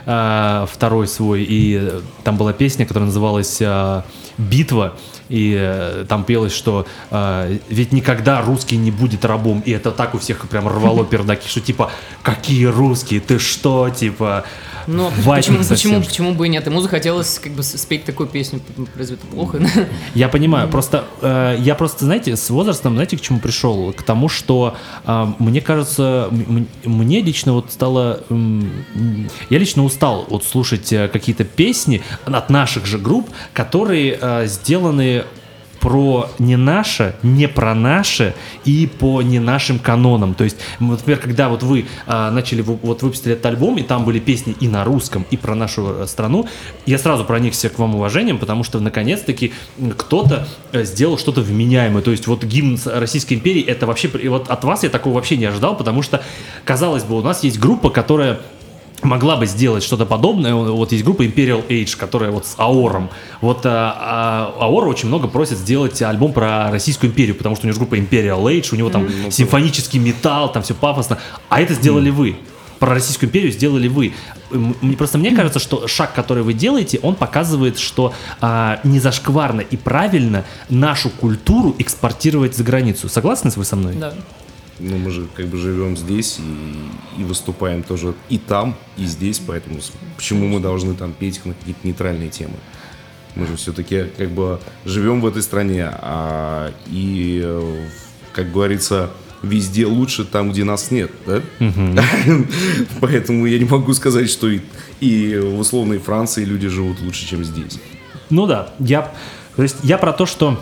[SPEAKER 4] э, второй свой, и э, там была песня, которая называлась э, «Битва», и э, там пелось, что э, ведь никогда русский не будет рабом, и это так у всех прям рвало пердаки, что типа, какие русские, ты что, типа...
[SPEAKER 3] Ну, а
[SPEAKER 4] ватник
[SPEAKER 3] почему,
[SPEAKER 4] совсем.
[SPEAKER 3] почему, почему бы и нет? Ему захотелось как бы с- спеть такую песню, разве это плохо?
[SPEAKER 4] Я понимаю, просто э, я просто, знаете, с возрастом, знаете, к чему пришел? К тому, что э, мне кажется, м- м- мне лично вот стало, м, м, я лично устал вот слушать э, какие-то песни от наших же групп, которые э, сделаны про не наше, не про наше и по не нашим канонам. То есть, м, вот, например, когда вот вы а, начали, вы- вот выпустили этот альбом, и там были песни и на русском, и про нашу э, страну, я сразу проникся к вам уважением, потому что наконец-таки м, кто-то э, сделал что-то вменяемое. То есть вот гимн с- Российской империи, это вообще, и вот от вас я такого вообще не ожидал, потому что, казалось бы, у нас есть группа, которая могла бы сделать что-то подобное. Вот есть группа Imperial Age, которая вот с Аором. Вот а, а, Аор очень много просит сделать альбом про Российскую империю, потому что у него же группа Imperial Age, у него там
[SPEAKER 2] Mm.
[SPEAKER 4] симфонический металл, там все пафосно. А это сделали вы. Про Российскую империю сделали вы. М- Мне просто мне кажется, что шаг, который вы делаете, он показывает, что а, не зашкварно и правильно нашу культуру экспортировать за границу. Согласны вы со мной?
[SPEAKER 3] Да.
[SPEAKER 2] Ну, мы же как бы живем здесь и, и выступаем тоже и там, и здесь, поэтому с- почему мы должны там петь на какие-то нейтральные темы? Мы же все-таки как бы живем в этой стране, а, и, э, как говорится, везде лучше там, где нас нет, да? Поэтому я не могу сказать, что и, и в условной Франции люди живут лучше, чем здесь.
[SPEAKER 4] Ну да, я, то есть я про то, что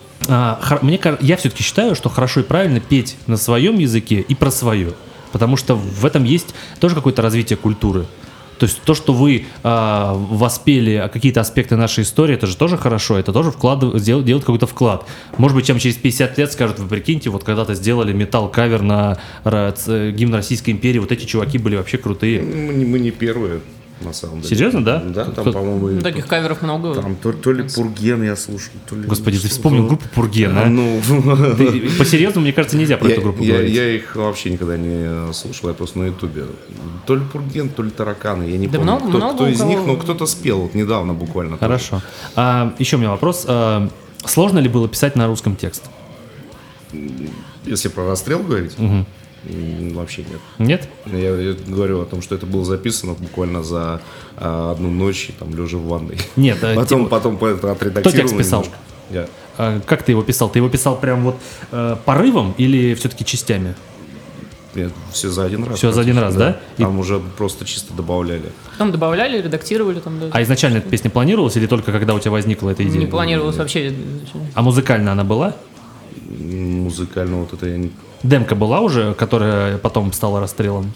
[SPEAKER 4] а, хор- мне, кар- я все-таки считаю, что хорошо и правильно петь на своем языке и про свое, потому что в этом есть тоже какое-то развитие культуры. То есть то, что вы а, воспели какие-то аспекты нашей истории, это же тоже хорошо, это тоже вкладыв- сдел- делает какой-то вклад. Может быть, чем через пятьдесят лет скажут, вы прикиньте, вот когда-то сделали металл-кавер на ра- ц- гимн Российской империи, вот эти чуваки были вообще крутые.
[SPEAKER 2] Мы не, мы не первые, на самом деле.
[SPEAKER 4] Серьезно, да?
[SPEAKER 2] Да, там,
[SPEAKER 4] Кто-
[SPEAKER 2] по-моему,
[SPEAKER 3] Ну, таких каверов много.
[SPEAKER 2] там то, то ли Пурген я слушал, то ли...
[SPEAKER 4] Господи, ты
[SPEAKER 2] что-то.
[SPEAKER 4] вспомнил группу Пурген, а?
[SPEAKER 2] Ну,
[SPEAKER 4] Ты- По-серьезному, мне кажется, нельзя про
[SPEAKER 2] я,
[SPEAKER 4] эту группу
[SPEAKER 2] я-
[SPEAKER 4] говорить.
[SPEAKER 2] я их вообще никогда не слушал, я просто на ютубе. То ли Пурген, то ли Тараканы, я не
[SPEAKER 3] Да
[SPEAKER 2] помню,
[SPEAKER 3] много-
[SPEAKER 2] кто,
[SPEAKER 3] много
[SPEAKER 2] кто
[SPEAKER 3] у
[SPEAKER 2] из
[SPEAKER 3] кого-
[SPEAKER 2] них, но кто-то спел вот недавно буквально. тоже.
[SPEAKER 4] Хорошо. А, еще у меня вопрос. А, сложно ли было писать на русском текст?
[SPEAKER 2] Если про расстрел говорить, М, Вообще нет.
[SPEAKER 4] Нет?
[SPEAKER 2] Я, я говорю о том, что это было записано буквально за а, одну ночь, там, лежа в ванной.
[SPEAKER 4] Нет, э,
[SPEAKER 2] Потом,
[SPEAKER 4] типа,
[SPEAKER 2] потом по- отредактировал.
[SPEAKER 4] Кто текст писал?
[SPEAKER 2] немножко. Я.
[SPEAKER 4] А как ты его писал? Ты его писал прям вот э, порывом или все-таки частями?
[SPEAKER 2] Нет, все за один раз.
[SPEAKER 4] Всё за один раз, да? И-
[SPEAKER 2] Там уже просто чисто добавляли.
[SPEAKER 3] Потом добавляли, редактировали там. Да.
[SPEAKER 4] А изначально эта песня планировалась или только когда у тебя возникла эта идея?
[SPEAKER 3] Не планировалось вообще.
[SPEAKER 4] А музыкально она была?
[SPEAKER 2] М, Музыкально вот это я не...
[SPEAKER 4] Демка была уже, которая потом стала расстрелом?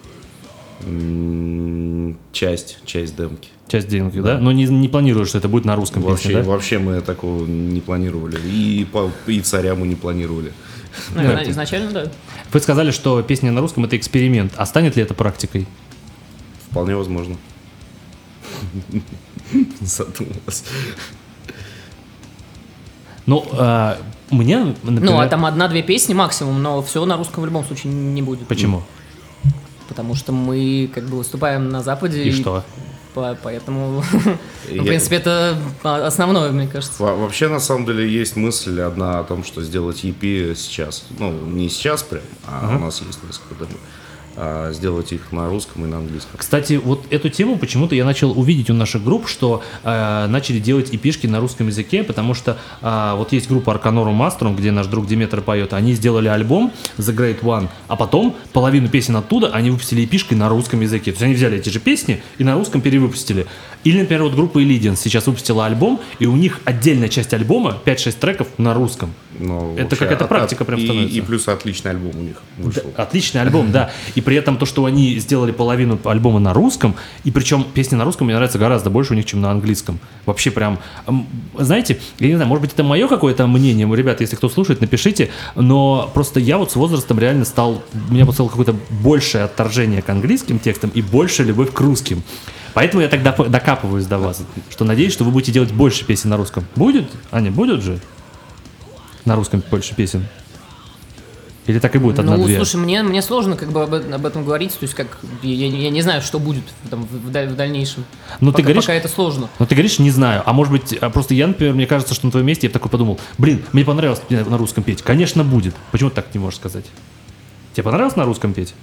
[SPEAKER 2] м, Часть, часть демки.
[SPEAKER 4] Часть демки, да? Но не, не планируешь, что это будет на русском
[SPEAKER 2] Вообще,
[SPEAKER 4] песне, да?
[SPEAKER 2] вообще мы такого не планировали. И, по- и царя мы не планировали.
[SPEAKER 3] Наверное, изначально, да.
[SPEAKER 4] Вы сказали, что песня на русском — это эксперимент. А станет ли это практикой?
[SPEAKER 2] Вполне возможно. Задумалась.
[SPEAKER 4] Ну, а, мне, например...
[SPEAKER 3] Ну, а там одна-две песни максимум, но все на русском в любом случае не будет.
[SPEAKER 4] Почему?
[SPEAKER 3] Потому что мы как бы выступаем на Западе.
[SPEAKER 4] И что?
[SPEAKER 3] по- Поэтому,
[SPEAKER 2] Я-
[SPEAKER 3] ну, в принципе, это а, основное, мне кажется.
[SPEAKER 2] Во- Вообще, на самом деле, есть мысль одна о том, что сделать и пи сейчас. Ну, не сейчас прям, а у нас есть несколько домов. А сделать их на русском и на английском.
[SPEAKER 4] Кстати, вот эту тему почему-то я начал увидеть у наших групп, что э, начали делать эпишки на русском языке, потому что э, вот есть группа Arcanorum Mastrum, где наш друг Диметр поет, они сделали альбом The Great One, а потом половину песен оттуда они выпустили эпишкой на русском языке. То есть они взяли эти же песни и на русском перевыпустили. Или, например, вот группа Illidians сейчас выпустила альбом, и у них отдельная часть альбома, пять-шесть треков на русском.
[SPEAKER 2] Но
[SPEAKER 4] Это
[SPEAKER 2] вообще
[SPEAKER 4] какая-то
[SPEAKER 2] от-
[SPEAKER 4] практика
[SPEAKER 2] от-
[SPEAKER 4] прям
[SPEAKER 2] и-
[SPEAKER 4] становится.
[SPEAKER 2] И плюс отличный альбом у них вышел.
[SPEAKER 4] Отличный альбом, да. И при этом то, что они сделали половину альбома на русском, и причем песни на русском мне нравятся гораздо больше у них, чем на английском. Вообще прям, м, знаете, я не знаю, может быть, это мое какое-то мнение, ребята, если кто слушает, напишите, но просто я вот с возрастом реально стал, у меня было какое-то большее отторжение к английским текстам и больше любовь к русским. Поэтому я тогда докапываюсь до вас, что надеюсь, что вы будете делать больше песен на русском. Будет? Аня, будет же? На русском больше песен? Или так и будет,
[SPEAKER 3] Ну,
[SPEAKER 4] одна-две?
[SPEAKER 3] слушай, мне, мне сложно как бы об, этом- об этом говорить, то есть как я, я не знаю, что будет там, в, в даль- в дальнейшем.
[SPEAKER 4] Ну, ты
[SPEAKER 3] пока,
[SPEAKER 4] говоришь-
[SPEAKER 3] пока это сложно.
[SPEAKER 4] Ну, ты говоришь, не знаю. А может быть, а просто я, например, мне кажется, что на твоем месте я бы такой подумал, блин, мне понравилось на русском петь. Конечно, будет. Почему ты так не можешь сказать? Тебе понравилось на русском петь?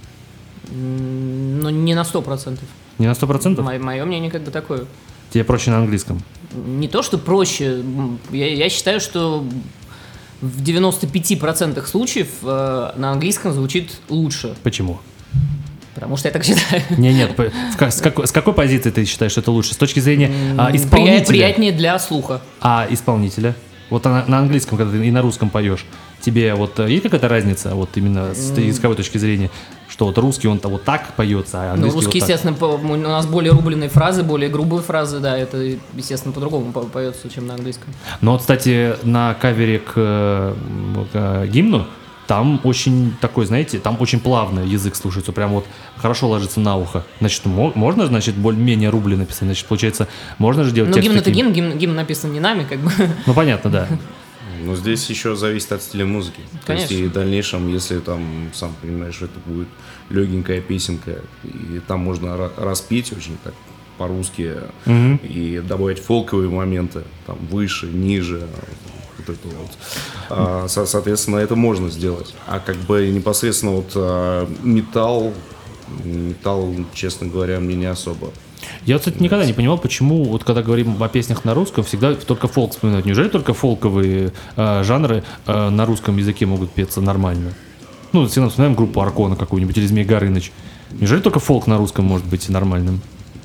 [SPEAKER 3] М, Но не на сто процентов.
[SPEAKER 4] Не на сто процентов?
[SPEAKER 3] Мое мнение как бы такое.
[SPEAKER 4] Тебе проще на английском?
[SPEAKER 3] Не то, что проще. м, Я, я считаю, что в девяноста пяти процентах случаев э, на английском звучит лучше.
[SPEAKER 4] Почему?
[SPEAKER 3] Потому что я так считаю.
[SPEAKER 4] Не, нет, по- в ка- с какой, с какой позиции ты считаешь, что это лучше? С точки зрения а,
[SPEAKER 3] Прия-
[SPEAKER 4] исполнителя?
[SPEAKER 3] Приятнее для слуха.
[SPEAKER 4] А исполнителя? Вот на, на английском, когда ты и на русском поешь, тебе вот э, есть какая-то разница, вот именно с языковой точки зрения, что вот русский он-то вот так поется, а
[SPEAKER 3] Ну,
[SPEAKER 4] английский
[SPEAKER 3] русский,
[SPEAKER 4] вот так?
[SPEAKER 3] естественно, по- у нас более рубленные фразы, более грубые фразы, да, это, естественно, по-другому по- поется, чем на английском.
[SPEAKER 4] Но вот, кстати, на кавере к, э, к гимну там очень такой, знаете, там очень плавно язык слушается, прям вот хорошо ложится на ухо. Значит, мо- можно, значит, более-менее рубль написать, значит, получается, можно же делать
[SPEAKER 3] Ну,
[SPEAKER 4] текст
[SPEAKER 3] гимн это
[SPEAKER 4] таким?
[SPEAKER 3] гимн, гимн, гимн написан не нами, как бы.
[SPEAKER 4] Ну, понятно, да.
[SPEAKER 2] Но здесь еще зависит от стиля музыки. То есть
[SPEAKER 3] Конечно.
[SPEAKER 2] и в дальнейшем, если там, сам понимаешь, что это будет легенькая песенка, и там можно ра- распеть очень так по-русски и добавить фолковые моменты, там выше, ниже, вот это вот. А, со- соответственно, это можно сделать. А как бы непосредственно вот а, металл, металл, честно говоря, мне не особо.
[SPEAKER 4] Я, кстати, никогда не понимал, почему, вот когда говорим о песнях на русском, всегда только фолк вспоминают. Неужели только фолковые э, жанры э, на русском языке могут петься нормально? Ну, всегда вспоминаем группу Аркона какую-нибудь или Змей Горыныч. Неужели только фолк на русском может быть нормальным?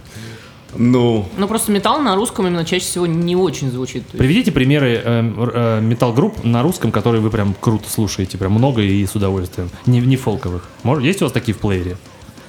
[SPEAKER 2] Ну,
[SPEAKER 3] Ну, просто металл на русском именно чаще всего не очень звучит. То есть,
[SPEAKER 4] Приведите примеры э, э, метал-групп на русском, которые вы прям круто слушаете, прям много и с удовольствием. Не, не фолковых. Может, есть у вас такие в плеере?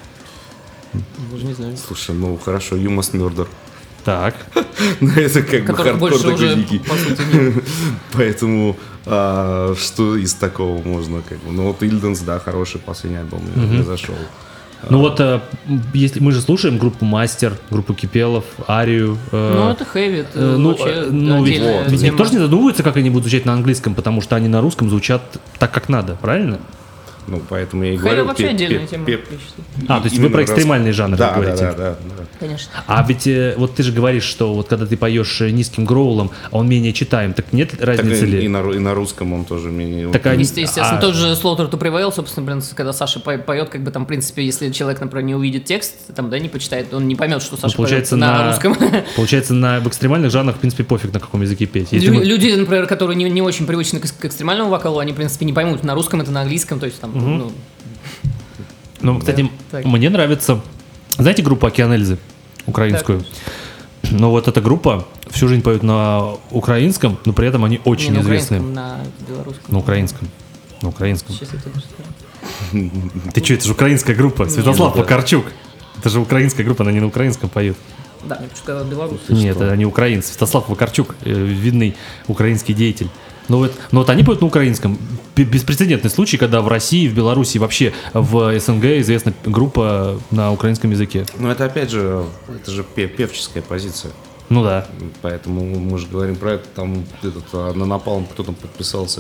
[SPEAKER 3] даже не знаю.
[SPEAKER 2] слушай, ну хорошо, You Must Murder.
[SPEAKER 4] Так.
[SPEAKER 2] Ну, это как бы
[SPEAKER 3] Которых
[SPEAKER 2] хардкор
[SPEAKER 3] больше
[SPEAKER 2] такой
[SPEAKER 3] уже,
[SPEAKER 2] дикий.
[SPEAKER 3] по сути, нет.
[SPEAKER 2] Поэтому а, что из такого можно, как бы, ну вот Illidians, да, хороший последний альбом мне зашел.
[SPEAKER 4] Ну вот, э, если мы же слушаем группу Мастер, группу Кипелов, Арию. э,
[SPEAKER 3] Ну, это хэви, это
[SPEAKER 4] Э, ну,
[SPEAKER 3] вообще
[SPEAKER 4] э, ну, ведь,
[SPEAKER 3] отдельная
[SPEAKER 4] ведь
[SPEAKER 3] тема.
[SPEAKER 4] никто же не задумывается, как они будут звучать на английском, потому что они на русском звучат так, как надо, правильно?
[SPEAKER 2] Ну, поэтому я и
[SPEAKER 3] Хэви
[SPEAKER 2] говорю...
[SPEAKER 3] вообще
[SPEAKER 2] пе-
[SPEAKER 3] отдельная
[SPEAKER 2] пе-
[SPEAKER 3] тема.
[SPEAKER 2] пе-
[SPEAKER 3] я считаю.
[SPEAKER 4] А, то есть вы
[SPEAKER 2] именно
[SPEAKER 4] про
[SPEAKER 2] раз-
[SPEAKER 4] экстремальный жанр
[SPEAKER 2] Да, да,
[SPEAKER 4] говорите?
[SPEAKER 2] да, да, да.
[SPEAKER 3] Конечно.
[SPEAKER 4] А ведь э, вот ты же говоришь, что вот когда ты поешь э, низким гроулом, а он менее читаем, так нет
[SPEAKER 2] Так
[SPEAKER 4] разницы
[SPEAKER 2] и,
[SPEAKER 4] ли?
[SPEAKER 2] и на, ру- и на русском он тоже менее...
[SPEAKER 4] Так они-
[SPEAKER 3] Есте- Естественно,
[SPEAKER 4] а-
[SPEAKER 3] тот же Slaughter to Prevail, собственно, блин, когда Саша по- поет, как бы там, в принципе, если человек, например, не увидит текст, там, да, не почитает, он не поймет, что
[SPEAKER 4] Ну,
[SPEAKER 3] Саша
[SPEAKER 4] получается,
[SPEAKER 3] поет на,
[SPEAKER 4] на,
[SPEAKER 3] русском.
[SPEAKER 4] получается, на в экстремальных жанрах, в принципе, пофиг, на каком языке петь. Если
[SPEAKER 3] Лю-
[SPEAKER 4] мы-
[SPEAKER 3] Люди, например, которые не, не очень привычны к, к экстремальному вокалу, они, в принципе, не поймут, на русском это, на английском, то есть там, ну,
[SPEAKER 4] Ну, кстати,
[SPEAKER 3] так.
[SPEAKER 4] мне нравится... Знаете группу «Океан Эльзы» украинскую? Но вот эта группа всю жизнь поет на украинском, но при этом они очень
[SPEAKER 3] не на
[SPEAKER 4] известные.
[SPEAKER 3] украинском, на белорусском.
[SPEAKER 4] На украинском. На украинском.
[SPEAKER 3] Сейчас я тебе скажу.
[SPEAKER 4] Ты что, это же украинская группа. Святослав
[SPEAKER 2] да.
[SPEAKER 4] Вакарчук. Это же украинская группа, она не на украинском поет.
[SPEAKER 3] Да, мне сказал белорус.
[SPEAKER 4] Нет, они украинцы. Святослав Вакарчук, э, видный украинский деятель. Но вот, но вот они поют на украинском. Б- Беспрецедентный случай, когда в России, в Беларуси, вообще в СНГ известна группа на украинском языке.
[SPEAKER 2] Ну, это опять же, это же пе- певческая позиция.
[SPEAKER 4] Ну да.
[SPEAKER 2] Поэтому мы же говорим про это, там этот, а, на Напалм кто там подписался?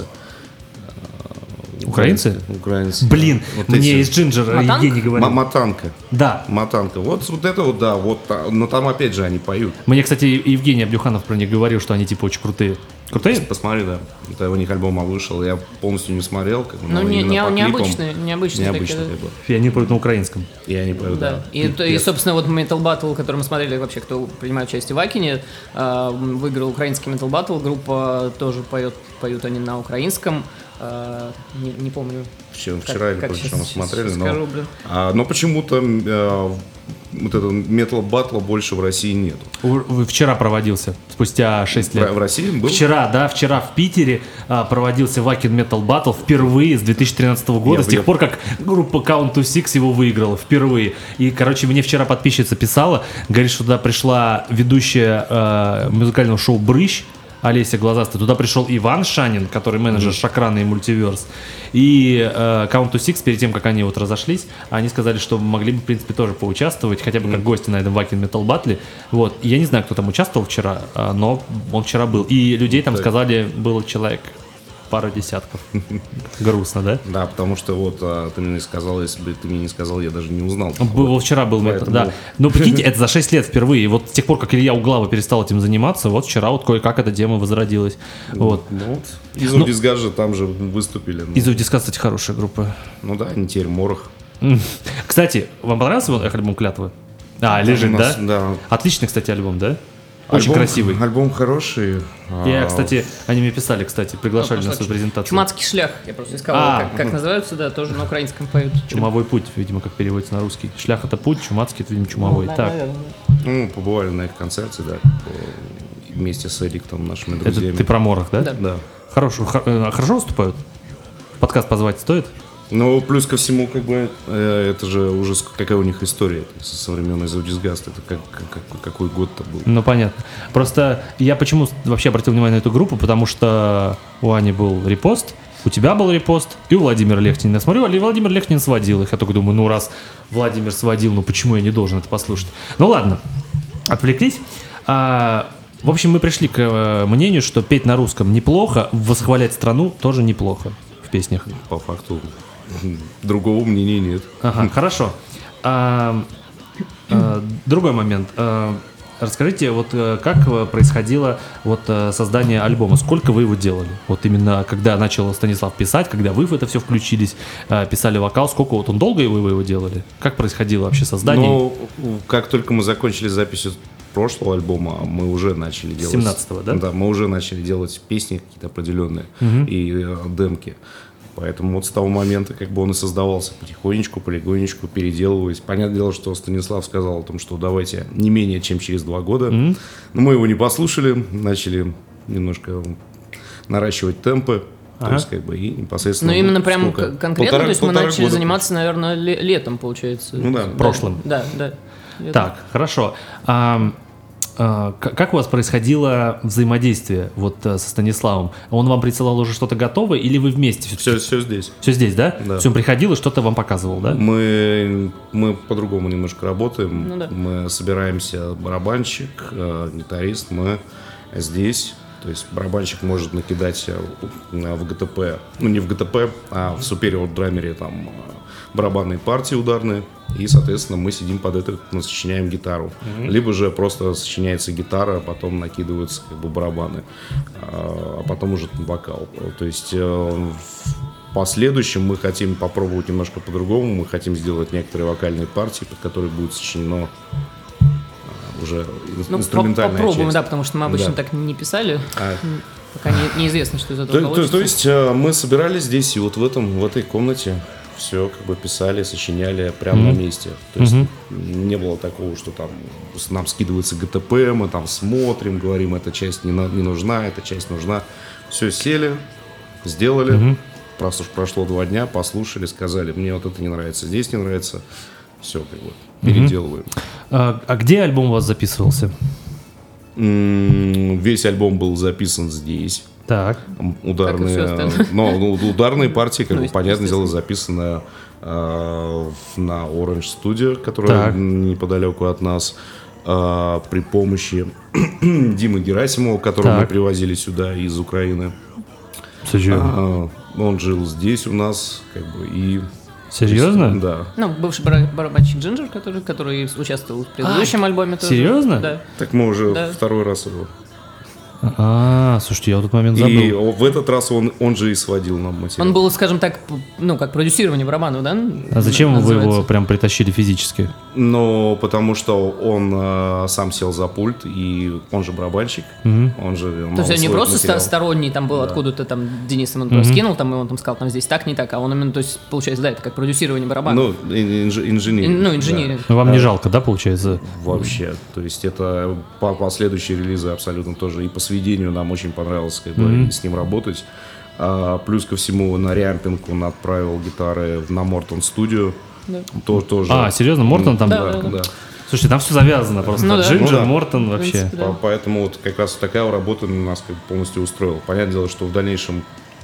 [SPEAKER 4] Украинцы?
[SPEAKER 2] Украинцы.
[SPEAKER 4] Блин,
[SPEAKER 2] Вот
[SPEAKER 4] мне
[SPEAKER 2] эти.
[SPEAKER 4] из Джинджер
[SPEAKER 3] Матанг?
[SPEAKER 4] Евгений говорил.
[SPEAKER 2] М- Матанка.
[SPEAKER 4] Да.
[SPEAKER 2] Матанка. Вот, вот это вот, да, вот, та- но там опять же они поют.
[SPEAKER 4] Мне, кстати, Евгений Абдюханов про них говорил, что они типа очень крутые. Крутые?
[SPEAKER 2] Посмотри, да. Это у них альбом вышел, я полностью не смотрел. Как бы,
[SPEAKER 3] Ну,
[SPEAKER 2] но
[SPEAKER 3] не,
[SPEAKER 2] именно
[SPEAKER 3] не,
[SPEAKER 2] по клипам
[SPEAKER 3] необычные, необычные
[SPEAKER 2] Необычно
[SPEAKER 3] такие,
[SPEAKER 2] как бы.
[SPEAKER 4] И они поют на украинском.
[SPEAKER 2] И они поют,
[SPEAKER 3] да.
[SPEAKER 2] да.
[SPEAKER 3] И, то- и, собственно, вот Metal Battle, который мы смотрели вообще, кто принимает участие в Акине, э, выиграл украинский Metal Battle, группа тоже поет, поют они на украинском. Э, не, не помню.
[SPEAKER 2] Вчера,
[SPEAKER 3] как-
[SPEAKER 2] вчера или
[SPEAKER 3] как
[SPEAKER 2] позавчера мы
[SPEAKER 3] щас-
[SPEAKER 2] смотрели,
[SPEAKER 3] щас
[SPEAKER 2] но,
[SPEAKER 3] скажу, блин.
[SPEAKER 2] а, но почему-то э, вот этого метал батла больше в России нету.
[SPEAKER 4] У- Вчера проводился, спустя шесть лет.
[SPEAKER 2] В, в России был?
[SPEAKER 4] Вчера, да, вчера в Питере а, проводился Wacken Metal Battle впервые с две тысячи тринадцатого года,
[SPEAKER 2] Я-
[SPEAKER 4] с тех
[SPEAKER 2] я-
[SPEAKER 4] пор, как группа Count to Six его выиграла впервые. И, короче, мне вчера подписчица писала, говорит, что туда пришла ведущая а, музыкального шоу «Брыщ», Олеся Глазастая. Туда пришел Иван Шанин, который менеджер Шакрана и Мультиверс. И э, Count to Six, перед тем, как они вот разошлись, они сказали, что могли бы, в принципе, тоже поучаствовать, хотя бы как гости на этом Wacken Metal Battle. Вот. И я не знаю, кто там участвовал вчера, а, но он вчера был. И людей там сказали, было человек пару десятков. Грустно, да?
[SPEAKER 2] Да, потому что вот а, ты мне сказал, если бы ты мне не сказал, я даже не узнал.
[SPEAKER 4] Был, вчера был метод,
[SPEAKER 2] Поэтому-
[SPEAKER 4] да. Ну, прикиньте, это за шесть лет впервые. И вот с тех пор, как Илья Углава перестал этим заниматься, вот вчера вот кое-как эта тема возродилась. Вот.
[SPEAKER 2] Ну, вот. Из
[SPEAKER 4] Ну-
[SPEAKER 2] Дисгаз же там же выступили. Ну,
[SPEAKER 4] Из Дискас, кстати, хорошая группа.
[SPEAKER 2] ну да, они теперь Морох.
[SPEAKER 4] Кстати, вам понравился вот альбом «Клятва»? А, лежит,
[SPEAKER 2] у нас,
[SPEAKER 4] да?
[SPEAKER 2] да.
[SPEAKER 4] Отличный, кстати, альбом, да? Очень
[SPEAKER 2] Альбом-
[SPEAKER 4] красивый.
[SPEAKER 2] Альбом хороший.
[SPEAKER 4] Я,
[SPEAKER 2] а,
[SPEAKER 4] кстати, они мне писали, кстати, приглашали на свою презентацию.
[SPEAKER 3] Чумацкий шлях, я просто искал,
[SPEAKER 4] А.
[SPEAKER 3] как, как называются, да, тоже на украинском поют.
[SPEAKER 4] Чумовой путь, видимо, как переводится на русский. Шлях — это путь, чумацкий — это, видимо, чумовой.
[SPEAKER 3] Да,
[SPEAKER 4] Так,
[SPEAKER 3] наверное.
[SPEAKER 2] Ну, побывали на их концерте, да. э, Вместе с Эриком, нашими
[SPEAKER 4] это
[SPEAKER 2] друзьями.
[SPEAKER 4] ты про Морох, да?
[SPEAKER 3] Да.
[SPEAKER 2] Да.
[SPEAKER 4] Хорошо, хо- э, хорошо выступают? В подкаст позвать стоит?
[SPEAKER 2] Ну, плюс ко всему, как бы, э, это же уже ск- какая у них история то есть со времен из Дисгаст. Это как, как- как- какой год-то был.
[SPEAKER 4] Ну, понятно. Просто я почему вообще обратил внимание на эту группу, потому что у Ани был репост, у тебя был репост, и у Владимира Лехтина. Я смотрю, и Владимир Лехтин сводил их. Я только думаю, ну, раз Владимир сводил, ну, почему я не должен это послушать? Ну, ладно, отвлеклись. А, в общем, мы пришли к э, мнению, что петь на русском неплохо, восхвалять страну тоже неплохо в песнях.
[SPEAKER 2] По факту другого мнения нет.
[SPEAKER 4] Ага, хорошо. А, а, другой момент. А, расскажите, вот э, как э, происходило вот э, создание альбома? Сколько вы его делали? Вот именно когда начал Станислав писать, когда вы в это все включились, э, писали вокал, сколько вот он долго вы его делали? Как происходило вообще создание?
[SPEAKER 2] Но как только мы закончили запись прошлого альбома, мы уже начали делать...
[SPEAKER 4] семнадцатого, да?
[SPEAKER 2] Да, мы уже начали делать песни какие-то определенные и э, демки. Поэтому вот с того момента как бы он и создавался потихонечку, полигонечку, переделываясь. Понятное дело, что Станислав сказал о том, что давайте не менее чем через два года. Но мы его не послушали, начали немножко наращивать темпы.
[SPEAKER 4] Ага.
[SPEAKER 2] То есть как бы и непосредственно...
[SPEAKER 3] Ну, именно прям
[SPEAKER 2] сколько?
[SPEAKER 3] к- конкретно,
[SPEAKER 2] Полтора-
[SPEAKER 3] то есть мы
[SPEAKER 2] полтора
[SPEAKER 3] начали
[SPEAKER 2] года.
[SPEAKER 3] заниматься, наверное, ле- летом, получается.
[SPEAKER 2] Ну да.
[SPEAKER 4] Прошлым.
[SPEAKER 3] Да, да. Летом.
[SPEAKER 4] Так, хорошо. А, а, к- как у вас происходило взаимодействие вот э, со Станиславом? Он вам присылал уже что-то готовое, или вы вместе?
[SPEAKER 2] Все, все здесь.
[SPEAKER 4] Все здесь, да?
[SPEAKER 2] Да.
[SPEAKER 4] То есть он приходил и что-то вам показывал, да?
[SPEAKER 2] Мы, мы по-другому немножко работаем.
[SPEAKER 3] Ну да.
[SPEAKER 2] Мы собираемся, барабанщик, э, гитарист, мы здесь. То есть барабанщик может накидать э, в ГТП, ну не в ГТП, а в Superior Drummer там э, барабанные партии ударные, и, соответственно, мы сидим под это, ну, сочиняем гитару. Mm-hmm. Либо же просто сочиняется гитара, а потом накидываются как бы барабаны, а потом уже вокал. То есть э, в последующем мы хотим попробовать немножко по-другому, мы хотим сделать некоторые вокальные партии, под которые будет сочинено уже
[SPEAKER 3] ну,
[SPEAKER 2] инструментальная
[SPEAKER 3] попробуем,
[SPEAKER 2] часть.
[SPEAKER 3] Да, потому что мы обычно
[SPEAKER 2] да.
[SPEAKER 3] так не писали.
[SPEAKER 2] А...
[SPEAKER 3] Пока не, неизвестно, что из этого
[SPEAKER 2] то,
[SPEAKER 3] получится.
[SPEAKER 2] То, то есть э, мы собирались здесь и вот в этом, в этой комнате все как бы писали, сочиняли прямо mm-hmm. на месте. То есть mm-hmm. не было такого, что там нам скидывается ГТП, мы там смотрим, говорим, эта часть не, на, не нужна, эта часть нужна. Все сели, сделали. Mm-hmm. Просто прошло два дня, послушали, сказали, мне вот это не нравится, здесь не нравится. Все, как бы, переделываем.
[SPEAKER 4] Mm-hmm. А, а где альбом у вас записывался?
[SPEAKER 2] Mm, весь альбом был записан здесь.
[SPEAKER 4] Так.
[SPEAKER 2] Ударные, но, ну, ударные партии, как ну, бы, понятное дело, записаны э, на Orange Studio, которая так. неподалеку от нас, э, при помощи Димы Герасимова, которого так. мы привозили сюда из Украины.
[SPEAKER 4] Серьезно?
[SPEAKER 2] Э, он жил здесь у нас, как бы, и...
[SPEAKER 4] Серьезно?
[SPEAKER 2] Да.
[SPEAKER 3] Ну, бывший бар- барабанщик Джинджер, который, который участвовал в предыдущем а, альбоме тоже.
[SPEAKER 4] Серьезно?
[SPEAKER 3] Да.
[SPEAKER 2] Так мы уже
[SPEAKER 3] да.
[SPEAKER 2] второй раз его.
[SPEAKER 4] А, слушайте, я в тот момент забыл.
[SPEAKER 2] И в этот раз он, он же и сводил нам материал.
[SPEAKER 3] Он был, скажем так, ну, как продюсирование барабанов, да?
[SPEAKER 4] А зачем называется? Вы его прям притащили физически?
[SPEAKER 2] Ну, потому что он э, сам сел за пульт, и он же барабанщик, mm-hmm. он же...
[SPEAKER 3] То есть он не просто материал. Сторонний, там был да. откуда-то там Денис ему mm-hmm. скинул, там, и он там сказал, там здесь так, не так, а он именно, то есть, получается, да, это как продюсирование барабанов.
[SPEAKER 2] Ну, инж, инженерия.
[SPEAKER 3] Ин, ну, инженерия.
[SPEAKER 4] Да. Вам не жалко, да, получается?
[SPEAKER 2] Вообще, то есть это по последующие релизы абсолютно тоже, и по сведению нам очень понравилось как бы, mm-hmm. с ним работать. А, плюс ко всему на рямпинг он отправил гитары на Morton Studio. Да. То, тоже.
[SPEAKER 4] А, серьезно, Мортон там?
[SPEAKER 3] Да, да, да.
[SPEAKER 2] да.
[SPEAKER 4] Слушайте, там все завязано просто. Ну, Джинджер, ну, да. Мортон вообще.
[SPEAKER 3] Принципе, да.
[SPEAKER 2] Поэтому вот как раз такая работа нас как бы полностью устроила. Понятное дело, что в дальнейшем,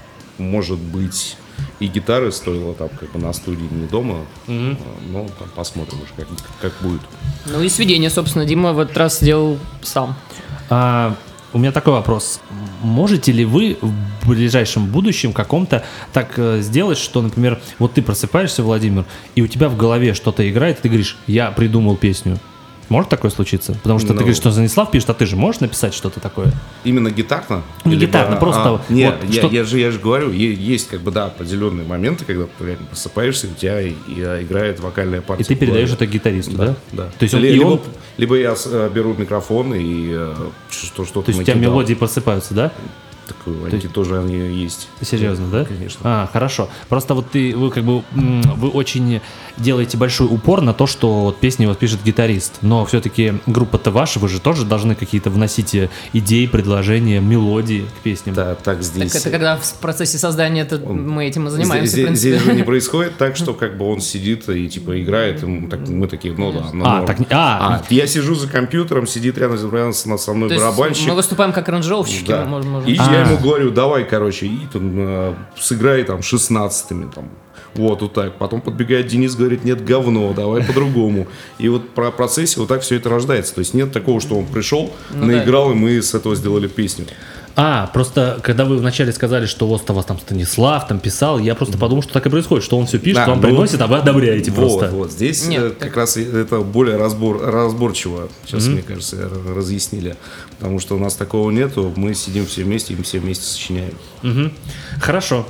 [SPEAKER 2] может быть, и гитары стоило там как бы на студии, не дома. Mm-hmm. Но там посмотрим уже, как, как будет.
[SPEAKER 3] Ну и сведение, собственно, Дима в этот раз сделал сам.
[SPEAKER 4] А... У меня такой вопрос. Можете ли вы в ближайшем будущем каком-то так э, сделать, что, например, вот ты просыпаешься, Владимир, и у тебя в голове что-то играет, и ты говоришь, я придумал песню. Может такое случиться? Потому что no. ты говоришь, что Станислав пишет, а ты же можешь написать что-то такое?
[SPEAKER 2] Именно гитарно?
[SPEAKER 4] Не Либо... гитарно, просто... А,
[SPEAKER 2] нет,
[SPEAKER 4] вот,
[SPEAKER 2] я,
[SPEAKER 4] что...
[SPEAKER 2] я, же, я же говорю, есть как бы, да, определенные моменты, когда ты реально просыпаешься, у тебя и, и играет вокальная партия.
[SPEAKER 4] И ты передаешь это гитаристу, да?
[SPEAKER 2] Да, да.
[SPEAKER 4] То есть он,
[SPEAKER 2] либо,
[SPEAKER 4] он...
[SPEAKER 2] либо я беру микрофон и что, что-то
[SPEAKER 4] То есть накидал. У тебя мелодии просыпаются, да?
[SPEAKER 2] Так, они есть... тоже они есть.
[SPEAKER 4] Серьезно, да?
[SPEAKER 2] Конечно.
[SPEAKER 4] А, хорошо. Просто вот ты, вы как бы, вы очень делаете большой упор на то, что вот песни вот пишет гитарист, но все-таки группа-то ваша, вы же тоже должны какие-то вносить идеи, предложения, мелодии к песням.
[SPEAKER 2] Да, так здесь.
[SPEAKER 3] Так это когда в процессе создания это он... мы этим и занимаемся,
[SPEAKER 2] здесь,
[SPEAKER 3] в принципе.
[SPEAKER 2] Здесь же не происходит так, что как бы он сидит и типа играет, и мы, так, мы такие, ну да, ну,
[SPEAKER 4] а,
[SPEAKER 2] ну,
[SPEAKER 4] так, а,
[SPEAKER 2] а, я сижу за компьютером, сидит рядом, рядом со мной
[SPEAKER 3] то
[SPEAKER 2] барабанщик.
[SPEAKER 3] Мы выступаем как аранжировщики,
[SPEAKER 2] да.
[SPEAKER 3] мы можем. можем...
[SPEAKER 2] И
[SPEAKER 4] А-а-а.
[SPEAKER 2] я ему говорю, давай, короче, и там, э, сыграй там шестнадцатыми, там, вот, вот так. Потом подбегает Денис, говорит, нет, говно, давай по-другому. И вот про процессе вот так все это рождается. То есть нет такого, что он пришел, ну, наиграл, да. и мы с этого сделали песню.
[SPEAKER 4] А, просто, когда вы вначале сказали, что вот у вас там Станислав там писал, я просто подумал, что так и происходит, что он все пишет, да, вам ну, приносит, а вы одобряете
[SPEAKER 2] вот,
[SPEAKER 4] просто.
[SPEAKER 2] Вот, здесь
[SPEAKER 3] Нет,
[SPEAKER 2] как
[SPEAKER 3] так...
[SPEAKER 2] раз это более разбор, разборчиво, сейчас, mm-hmm. мне кажется, разъяснили. Потому что у нас такого нету, мы сидим все вместе, и мы все вместе сочиняем.
[SPEAKER 4] Mm-hmm. Хорошо,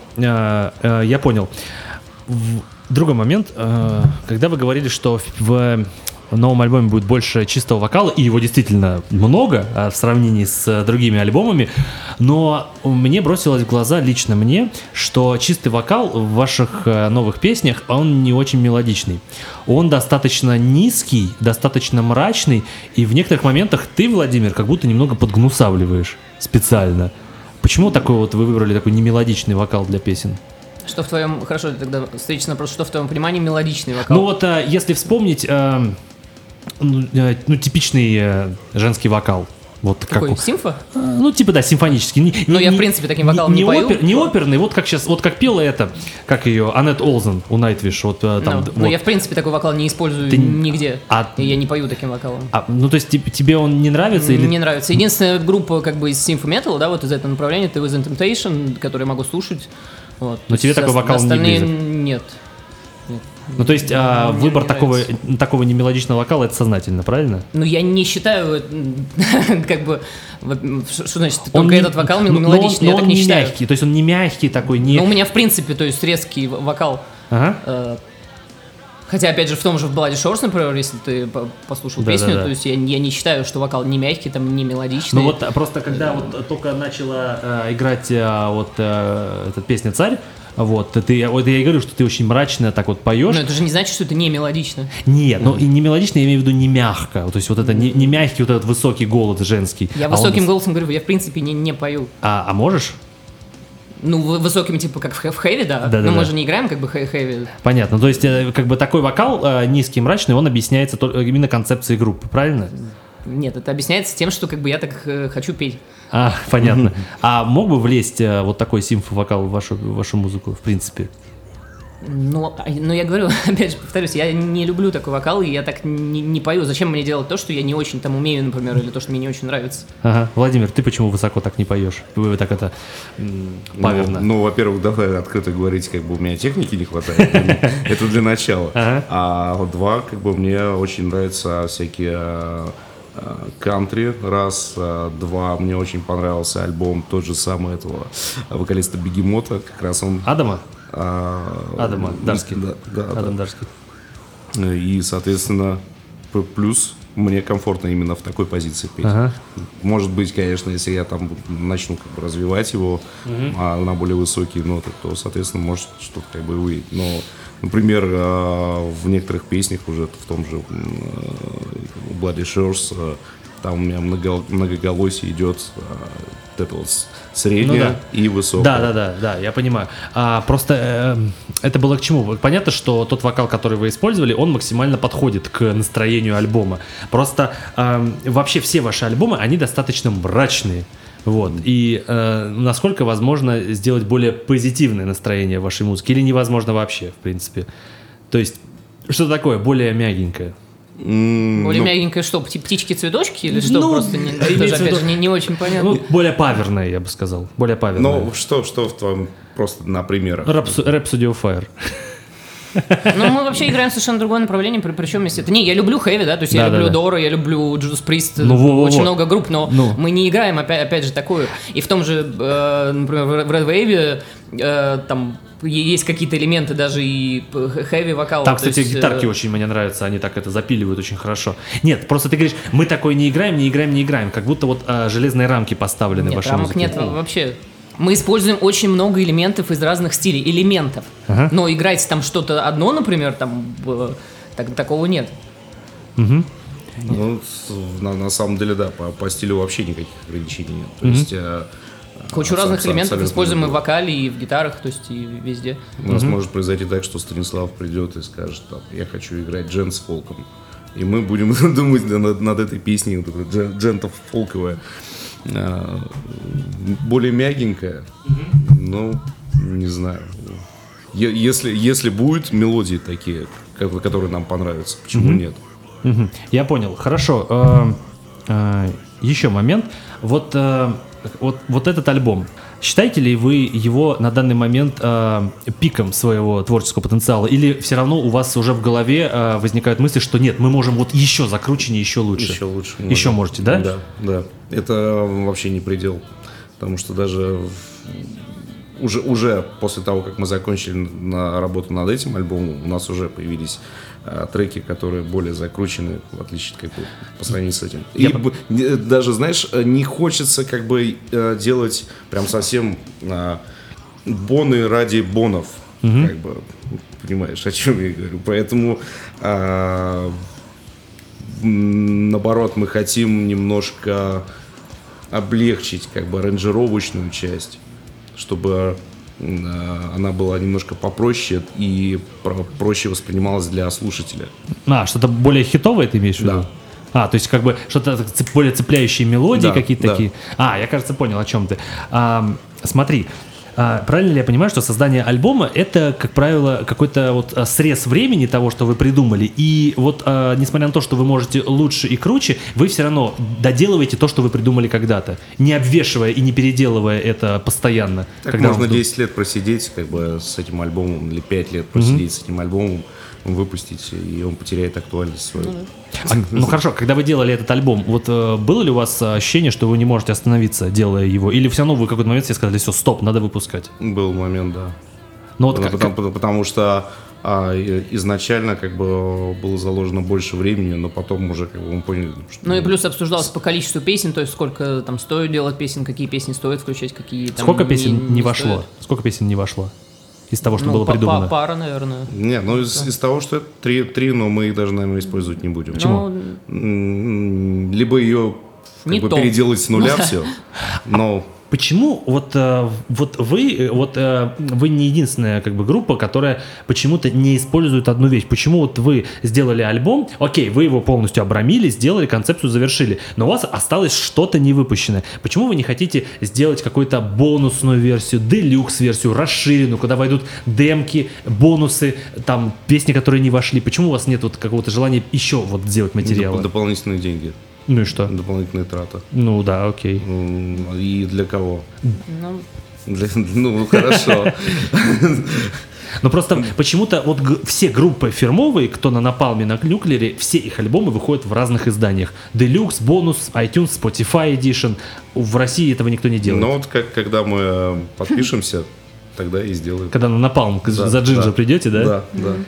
[SPEAKER 4] я понял. Другой момент, когда вы говорили, что в... В новом альбоме будет больше чистого вокала, и его действительно много а, в сравнении с другими альбомами, но мне бросилось в глаза, лично мне, что чистый вокал в ваших а, новых песнях, он не очень мелодичный. Он достаточно низкий, достаточно мрачный, и в некоторых моментах ты, Владимир, как будто немного подгнусавливаешь специально. Почему такой вот вы выбрали такой немелодичный вокал для песен?
[SPEAKER 3] Что в твоем, хорошо, тогда встречный вопрос, что в твоем понимании мелодичный вокал?
[SPEAKER 4] Ну вот, а, если вспомнить... А, Ну, ну, типичный э, женский вокал. Вот как
[SPEAKER 3] Какой,
[SPEAKER 4] у-
[SPEAKER 3] симфа?
[SPEAKER 4] А, Ну, типа, да, симфонический. Не-
[SPEAKER 3] Ну,
[SPEAKER 4] не-
[SPEAKER 3] я, в
[SPEAKER 4] не-
[SPEAKER 3] принципе, таким вокалом
[SPEAKER 4] не,
[SPEAKER 3] не пою.
[SPEAKER 4] опер- не оперный, вот как сейчас, вот как пела это, как ее, Аннет Олзен у Найтвиш, вот э, там.
[SPEAKER 3] Ну,
[SPEAKER 4] д-
[SPEAKER 3] ну,
[SPEAKER 4] вот.
[SPEAKER 3] я, в принципе, такой вокал не использую
[SPEAKER 4] Ты не-
[SPEAKER 3] нигде.
[SPEAKER 4] А-
[SPEAKER 3] И я не пою таким вокалом.
[SPEAKER 4] А, ну, то есть тебе, тебе он не нравится или?
[SPEAKER 3] Мне нравится. Единственная группа как бы из симфо металла, да, вот из этого направления, это Within Temptation, который я могу слушать. Вот.
[SPEAKER 4] Но
[SPEAKER 3] То
[SPEAKER 4] тебе
[SPEAKER 3] есть
[SPEAKER 4] такой
[SPEAKER 3] ос-
[SPEAKER 4] вокал не
[SPEAKER 3] остальные
[SPEAKER 4] близок?
[SPEAKER 3] нет.
[SPEAKER 4] Ну, то есть а,
[SPEAKER 3] Мне
[SPEAKER 4] выбор
[SPEAKER 3] не
[SPEAKER 4] такого,
[SPEAKER 3] нравится.
[SPEAKER 4] такого немелодичного вокала это сознательно, правильно?
[SPEAKER 3] Ну, я не считаю, э, как бы, вот, что что значит,
[SPEAKER 4] Он
[SPEAKER 3] только
[SPEAKER 4] не-
[SPEAKER 3] этот вокал
[SPEAKER 4] но- но он-
[SPEAKER 3] мелодичный,
[SPEAKER 4] но
[SPEAKER 3] я так
[SPEAKER 4] он
[SPEAKER 3] не
[SPEAKER 4] не
[SPEAKER 3] считаю.
[SPEAKER 4] мягкий, то есть он не мягкий такой, не.
[SPEAKER 3] Но у меня, в принципе, то есть резкий в- вокал.
[SPEAKER 4] Ага.
[SPEAKER 3] э, Хотя, опять же, в том же в Bloody Shores, например, если ты по- послушал
[SPEAKER 4] Да,
[SPEAKER 3] песню,
[SPEAKER 4] да, да.
[SPEAKER 3] то есть я, я не считаю, что вокал не мягкий, там, не мелодичный.
[SPEAKER 4] Ну вот а, просто когда вот только начала э, играть э, вот э, эта песня «Царь», вот, ты, вот я и говорю, что ты очень мрачно так вот поешь.
[SPEAKER 3] Но это же не значит, что это не мелодично.
[SPEAKER 4] Нет, ну и не мелодично, я имею в виду не мягко. То есть вот это не, не мягкий вот этот высокий голос женский.
[SPEAKER 3] Я
[SPEAKER 4] а
[SPEAKER 3] высоким
[SPEAKER 4] он-
[SPEAKER 3] голосом говорю, я, в принципе, не, не пою.
[SPEAKER 4] А, а можешь?
[SPEAKER 3] Ну, в- высоким, типа, как в, хэ- в хэви, да.
[SPEAKER 4] Да-да-да.
[SPEAKER 3] Но мы же не играем, как бы, хэ- хэви.
[SPEAKER 4] Понятно. То есть э, как бы такой вокал э, низкий, мрачный, он объясняется только именно концепцией группы, правильно?
[SPEAKER 3] Нет, это объясняется тем, что, как бы, я так э, хочу петь.
[SPEAKER 4] А, понятно. А мог бы влезть э, вот такой симфо-вокал в вашу, в вашу музыку, в принципе?
[SPEAKER 3] Ну, а- ну, я говорю, опять же, повторюсь, я не люблю такой вокал, и я так не, не пою. Зачем мне делать то, что я не очень там умею, например, или то, что мне не очень нравится?
[SPEAKER 4] Ага. Владимир, ты почему высоко так не поешь? Вы так это м, паверно.
[SPEAKER 2] Ну, ну, во-первых, давай открыто говорить, как бы у меня техники не хватает. Это для начала.
[SPEAKER 4] Ага.
[SPEAKER 2] А вот два, как бы мне очень нравятся всякие э, э, кантри, раз, э, два, мне очень понравился альбом тот же самый этого вокалиста Бегемота, как раз он...
[SPEAKER 4] Адама?
[SPEAKER 2] а,
[SPEAKER 4] Адама Дарский.
[SPEAKER 2] Да, да, да.
[SPEAKER 4] Адам Дарский.
[SPEAKER 2] И, соответственно, п- плюс мне комфортно именно в такой позиции петь.
[SPEAKER 4] Ага.
[SPEAKER 2] Может быть, конечно, если я там начну как бы развивать его а, на более высокие ноты, то, соответственно, может что-то как бы и выйдет. Но, например, а, в некоторых песнях уже в том же м, э, Bloody Shores а, там у меня много, многоголосие идет а, вот это вот с- среднее
[SPEAKER 4] Ну да.
[SPEAKER 2] и высокое.
[SPEAKER 4] Да, да, да, да, я понимаю. А, просто э, это было к чему? Понятно, что тот вокал, который вы использовали, он максимально подходит к настроению альбома. Просто э, вообще все ваши альбомы, они достаточно мрачные. Вот. И э, насколько возможно сделать более позитивное настроение в вашей музыке? Или невозможно вообще, в принципе? То есть, что такое более мягенькое?
[SPEAKER 2] М,
[SPEAKER 3] Более
[SPEAKER 2] ну,
[SPEAKER 3] мягенькое что, пти- птички-цветочки или что?
[SPEAKER 4] Ну,
[SPEAKER 3] Просто не,
[SPEAKER 4] имеется
[SPEAKER 3] тоже,
[SPEAKER 4] в
[SPEAKER 3] опять
[SPEAKER 4] виду-
[SPEAKER 3] же, не, не очень понятно.
[SPEAKER 4] Ну, более паверное, я бы сказал. Более паверное.
[SPEAKER 2] ну, что, что в твоем, просто на примерах?
[SPEAKER 4] Rhapsody Rhapsody of Fire.
[SPEAKER 3] Ну, мы вообще играем в совершенно другое направление, при- причем если это... Не, я люблю хэви, да, то есть я
[SPEAKER 4] Да, да,
[SPEAKER 3] люблю
[SPEAKER 4] да.
[SPEAKER 3] Дора, я люблю Judas Priest,
[SPEAKER 4] Ну, во, во,
[SPEAKER 3] очень
[SPEAKER 4] во.
[SPEAKER 3] много групп, но
[SPEAKER 4] Ну.
[SPEAKER 3] мы не играем, опять, опять же, такую. И в том же, э, например, в Red Wave э, там е- есть какие-то элементы даже и хэви вокала.
[SPEAKER 4] Там,
[SPEAKER 3] то
[SPEAKER 4] кстати,
[SPEAKER 3] есть, э,
[SPEAKER 4] гитарки очень мне нравятся, они так это запиливают очень хорошо. Нет, просто ты говоришь, мы такой не играем, не играем, не играем, как будто вот а, железные рамки поставлены в
[SPEAKER 3] Нет,
[SPEAKER 4] вашей
[SPEAKER 3] рамок
[SPEAKER 4] музыке.
[SPEAKER 3] нет вообще. Мы используем очень много элементов из разных стилей, элементов.
[SPEAKER 4] Ага.
[SPEAKER 3] Но играть там что-то одно, например, там э, так- такого нет.
[SPEAKER 4] Мгм.
[SPEAKER 2] Ну, с- на, на самом деле, да, по, по стилю вообще никаких ограничений нет. То есть, э,
[SPEAKER 3] Кучу
[SPEAKER 2] абсо-
[SPEAKER 3] разных
[SPEAKER 2] абсо-
[SPEAKER 3] элементов
[SPEAKER 2] абсолютно
[SPEAKER 3] используем и в
[SPEAKER 2] любой.
[SPEAKER 3] вокале, и в гитарах, то есть и везде.
[SPEAKER 2] У нас может произойти так, что Станислав придет и скажет, там, я хочу играть джен с фолком. И мы будем думать над, над этой песней, вот эта джен- джентов фолковая. А, более мягенькая, ну, не знаю. Е- Если, если будут мелодии такие, как- которые нам понравятся, почему нет?
[SPEAKER 4] Мгм. Я понял. Хорошо. Э, э, Еще момент. Вот, э, вот, вот этот альбом. Считаете ли вы его на данный момент э, пиком своего творческого потенциала? Или все равно у вас уже в голове э, возникают мысли, что нет, мы можем вот еще закрученнее, еще лучше?
[SPEAKER 2] Еще лучше.
[SPEAKER 4] Еще
[SPEAKER 2] можно.
[SPEAKER 4] можете, да?
[SPEAKER 2] Да, да. Это вообще не предел. Потому что даже в- уже, уже после того, как мы закончили на работу над этим альбомом, у нас уже появились а, треки, которые более закручены, в отличие как бы, по сравнению с этим. И
[SPEAKER 4] Я
[SPEAKER 2] б- не- даже, знаешь, не хочется как бы э, делать прям совсем а, боны ради бонов. Как бы, понимаешь, о чем я говорю. Поэтому а, м, наоборот, мы хотим немножко облегчить как бы аранжировочную часть, чтобы э, она была немножко попроще и про- проще воспринималась для слушателя.
[SPEAKER 4] А, что-то более хитовое ты имеешь в виду?
[SPEAKER 2] Да.
[SPEAKER 4] А, то есть как бы что-то цеп- более цепляющие мелодии
[SPEAKER 2] Да,
[SPEAKER 4] какие-то
[SPEAKER 2] да.
[SPEAKER 4] такие. А, я, кажется, понял, о чем ты. А, смотри, а, правильно ли я понимаю, что создание альбома — это, как правило, какой-то вот а, срез времени того, что вы придумали, и вот, а, несмотря на то, что вы можете лучше и круче, вы все равно доделываете то, что вы придумали когда-то, не обвешивая и не переделывая это постоянно.
[SPEAKER 2] Так
[SPEAKER 4] когда
[SPEAKER 2] можно
[SPEAKER 4] вам вдруг-
[SPEAKER 2] десять лет просидеть как бы с этим альбомом, или пять лет просидеть с этим альбомом, выпустить, и он потеряет актуальность свою.
[SPEAKER 4] А, ну хорошо, когда вы делали этот альбом, вот э, было ли у вас э, ощущение, что вы не можете остановиться, делая его, или все равно вы в какой-то момент себе сказали, все, стоп, надо выпускать?
[SPEAKER 2] Был момент, да.
[SPEAKER 4] Ну вот
[SPEAKER 2] Потому,
[SPEAKER 4] как-
[SPEAKER 2] потому- потому что а, и- изначально как бы было заложено больше времени, но потом уже как бы мы поняли, что...
[SPEAKER 3] Ну и плюс обсуждалось по количеству песен, то есть сколько там стоит делать песен, какие песни стоит включать, какие там
[SPEAKER 4] Сколько песен не,
[SPEAKER 3] не
[SPEAKER 4] вошло?
[SPEAKER 3] стоит.
[SPEAKER 4] Сколько песен не вошло из того, что
[SPEAKER 3] Ну,
[SPEAKER 4] было
[SPEAKER 3] па-
[SPEAKER 4] придумано?
[SPEAKER 3] па- пара, наверное.
[SPEAKER 2] Не, ну из, из того, что это три, три, но мы их даже, наверное, использовать не будем.
[SPEAKER 3] Ну,
[SPEAKER 2] М, Либо ее как
[SPEAKER 3] Не
[SPEAKER 2] бы
[SPEAKER 3] то.
[SPEAKER 2] переделать с нуля все, но...
[SPEAKER 4] Почему вот, э, вот вы, э, вот э, вы не единственная как бы группа, которая почему-то не использует одну вещь? Почему вот вы сделали альбом, окей, вы его полностью обрамили, сделали, концепцию завершили, но у вас осталось что-то невыпущенное. Почему вы не хотите сделать какую-то бонусную версию, делюкс-версию, расширенную, куда войдут демки, бонусы, там песни, которые не вошли? Почему у вас нет вот какого-то желания еще вот сделать материалы?
[SPEAKER 2] доп- дополнительные деньги,
[SPEAKER 4] Ну и что?
[SPEAKER 2] дополнительные траты.
[SPEAKER 4] Ну да, окей.
[SPEAKER 2] М, И для кого?
[SPEAKER 3] ну,
[SPEAKER 2] Для- ну, хорошо.
[SPEAKER 4] Но просто почему-то вот г- все группы фирмовые, кто на Напалме, на Нуклере, все их альбомы выходят в разных изданиях. Deluxe, бонус, iTunes, Spotify Edition. В России этого никто не делает.
[SPEAKER 2] Но вот как, когда мы э, подпишемся, тогда и сделаем.
[SPEAKER 4] Когда на Напалм к-
[SPEAKER 2] Да,
[SPEAKER 4] за Джинджер
[SPEAKER 2] да.
[SPEAKER 4] придете, да?
[SPEAKER 2] Да,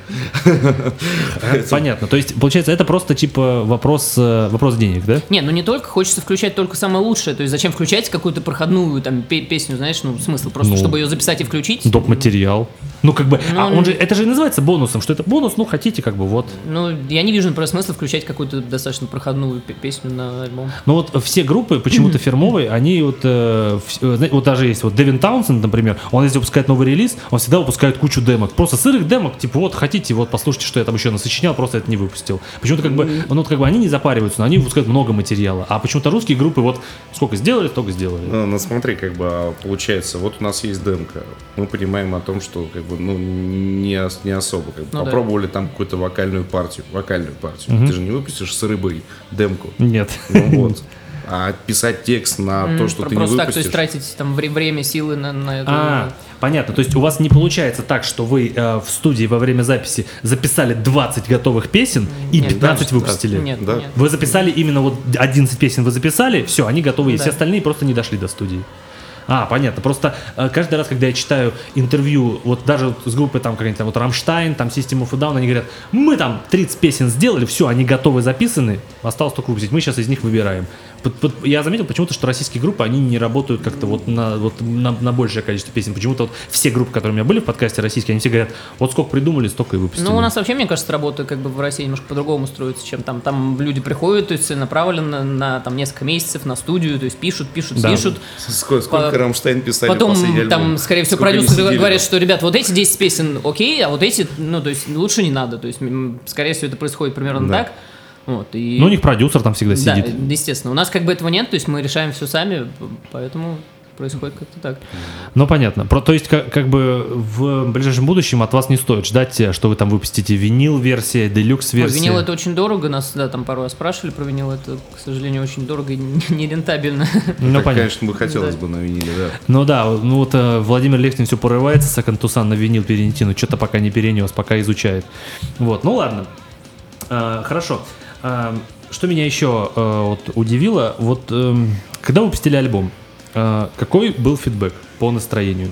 [SPEAKER 2] да.
[SPEAKER 4] Понятно. То есть, получается, это просто типа вопрос, э, вопрос денег, да?
[SPEAKER 3] не, ну не только, хочется включать только самое лучшее, то есть зачем включать какую-то проходную там пе- песню, знаешь, ну смысл, просто
[SPEAKER 4] Ну,
[SPEAKER 3] чтобы ее записать и включить.
[SPEAKER 4] Доп. Материал. Ну, как бы, а
[SPEAKER 3] Ну,
[SPEAKER 4] он же, это же и называется бонусом, что это бонус, ну, хотите, как бы, вот.
[SPEAKER 3] Ну, я не вижу, например, смысла включать какую-то достаточно проходную пе- песню на альбом.
[SPEAKER 4] Но вот все группы почему-то фирмовые, они вот, э, вс- э, знаете, вот даже есть вот Дэвин Таунсенд, например, он если выпускает новый релиз, он всегда выпускает кучу демок, просто сырых демок, типа вот хотите, вот послушайте, что я там еще насочинял, просто это не выпустил. Почему-то как бы, ну вот как бы они не запариваются, но они выпускают много материала, а почему-то русские группы вот сколько сделали, столько сделали.
[SPEAKER 2] Ну, ну, смотри, как бы а, получается, вот у нас есть демка, мы понимаем о том, что как бы, ну, не, ос- не особо, как бы,
[SPEAKER 3] Ну да.
[SPEAKER 2] попробовали там какую-то вокальную партию, вокальную партию, ты же не выпустишь с рыбой демку,
[SPEAKER 4] Нет.
[SPEAKER 2] ну вот, а писать текст на то, что
[SPEAKER 3] Про-
[SPEAKER 2] ты не
[SPEAKER 3] Просто так, то
[SPEAKER 2] выпустишь.
[SPEAKER 3] есть тратить там вре- время, силы на, на это.
[SPEAKER 4] А, понятно. То есть у вас не получается так, что вы э, в студии во время записи записали двадцать готовых песен и
[SPEAKER 3] Нет,
[SPEAKER 4] пятнадцать
[SPEAKER 2] да,
[SPEAKER 4] выпустили.
[SPEAKER 3] Нет,
[SPEAKER 2] Да.
[SPEAKER 3] нет.
[SPEAKER 4] Вы записали именно вот одиннадцать песен вы записали, все, они готовы, и
[SPEAKER 3] Да.
[SPEAKER 4] все остальные просто не дошли до студии. А, понятно. Просто э, каждый раз, когда я читаю интервью, вот даже вот с группой там какая-нибудь там вот Рамштайн, там System of a Down, они говорят, мы там тридцать песен сделали, все, они готовы, записаны, осталось только выпустить, мы сейчас из них выбираем. Под- под- Я заметил почему-то, что российские группы, они не работают как-то вот на, вот на, на большее количество песен. Почему-то вот все группы, которые у меня были в подкасте российские, они все говорят, вот сколько придумали, столько и выпустили.
[SPEAKER 3] Ну, у нас вообще, мне кажется, работа как бы в России немножко по-другому строится, чем там. Там люди приходят, то есть целенаправленно на там несколько месяцев на студию, то есть пишут, пишут,
[SPEAKER 4] Да.
[SPEAKER 3] пишут.
[SPEAKER 2] Сколько, сколько
[SPEAKER 3] По-
[SPEAKER 2] Рамштайн писали
[SPEAKER 3] Потом
[SPEAKER 2] последний альбом?
[SPEAKER 3] там, скорее всего,
[SPEAKER 2] Сколько они
[SPEAKER 3] продюсеры
[SPEAKER 2] сидели
[SPEAKER 3] говорят,
[SPEAKER 2] там?
[SPEAKER 3] что, ребят, вот эти десять песен окей, а вот эти, ну, то есть лучше не надо. То есть, м, скорее всего, это происходит примерно
[SPEAKER 2] Да.
[SPEAKER 3] так. Вот, и...
[SPEAKER 4] Ну, у них продюсер там всегда
[SPEAKER 3] Да,
[SPEAKER 4] сидит.
[SPEAKER 3] естественно. У нас как бы этого нет, то есть мы решаем все сами, поэтому происходит как-то так.
[SPEAKER 4] Ну, понятно. Про, то есть, как, как бы в ближайшем будущем от вас не стоит ждать, э, что вы там выпустите винил-версия,
[SPEAKER 3] Ой,
[SPEAKER 4] делюкс-версия.
[SPEAKER 3] винил это очень дорого, нас да, там пару раз спрашивали про винил, это, к сожалению, очень дорого и нерентабельно.
[SPEAKER 4] Ну,
[SPEAKER 2] Так,
[SPEAKER 4] понятно.
[SPEAKER 2] конечно, бы хотелось
[SPEAKER 3] Да.
[SPEAKER 2] бы на виниле, да.
[SPEAKER 4] Ну да, ну вот э, Владимир Лехтин все порывается, Сакан Тусан на винил перенести, но что-то пока не перенес, пока изучает. Вот, ну ладно. А, хорошо. А, что меня еще э, вот, удивило, вот эм, когда вы выпустили альбом, э, какой был фидбэк по настроению?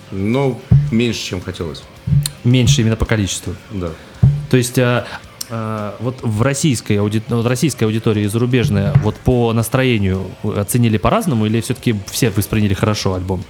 [SPEAKER 2] Но меньше, чем хотелось,
[SPEAKER 4] Меньше именно по количеству.
[SPEAKER 2] да.
[SPEAKER 4] То есть э, э, вот в российской, ауди... вот российской аудитории и зарубежная вот по настроению оценили по-разному или все-таки все восприняли хорошо альбом?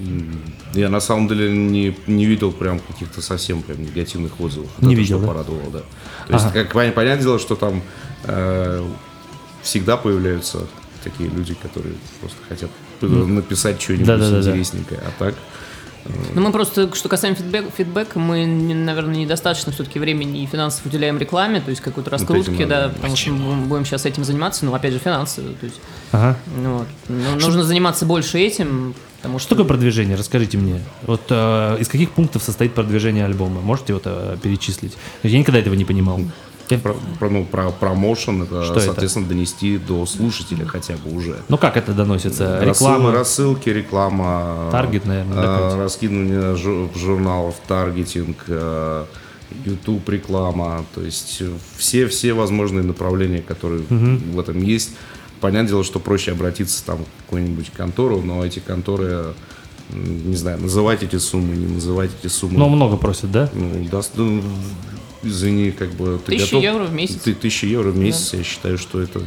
[SPEAKER 2] Я на самом деле не, не видел прям каких-то совсем прям негативных отзывов.
[SPEAKER 4] Не
[SPEAKER 2] Это
[SPEAKER 4] видел,
[SPEAKER 2] что
[SPEAKER 4] да?
[SPEAKER 2] порадовало, да. То есть,
[SPEAKER 4] Ага.
[SPEAKER 2] как пон- понятное дело, что там э, всегда появляются такие люди, которые просто хотят написать что-нибудь
[SPEAKER 4] Да-да-да-да.
[SPEAKER 2] интересненькое. А так,
[SPEAKER 3] Ну, мы просто, что касаемо фидбэк, фидбэка, мы, не- наверное, недостаточно все-таки времени и финансов уделяем рекламе, то есть какой-то раскрутке,
[SPEAKER 2] этим
[SPEAKER 3] да,
[SPEAKER 2] надо.
[SPEAKER 3] потому что мы будем сейчас этим заниматься, ну, опять же, финансы, то есть,
[SPEAKER 4] Ага.
[SPEAKER 3] ну, вот. Ну, нужно заниматься больше этим, потому что...
[SPEAKER 4] Что такое продвижение? Расскажите мне. Вот э, из каких пунктов состоит продвижение альбома? Можете вот э, перечислить? Я никогда этого не понимал. Я-
[SPEAKER 2] Про, про, ну, про промоушен, это,
[SPEAKER 4] Что это?
[SPEAKER 2] соответственно, донести до слушателя хотя бы уже.
[SPEAKER 4] Ну как это доносится?
[SPEAKER 2] Рассыл-
[SPEAKER 4] Реклама?
[SPEAKER 2] Рассылки, реклама.
[SPEAKER 4] Таргет, наверное, да,
[SPEAKER 2] э,
[SPEAKER 4] какой-то?
[SPEAKER 2] Раскидывание жу- журналов, таргетинг, э, YouTube реклама. То есть все, все возможные направления, которые в этом есть. Понятное дело, что проще обратиться там в какую-нибудь контору, но эти конторы, м, не знаю, называть эти суммы, не называть эти суммы.
[SPEAKER 4] Но много просят, да?
[SPEAKER 2] Ну, даст- ну, извини, как бы ты
[SPEAKER 3] Тысяча
[SPEAKER 2] готов?
[SPEAKER 3] евро в месяц.
[SPEAKER 2] Ты, тысяча евро в месяц, я считаю, что это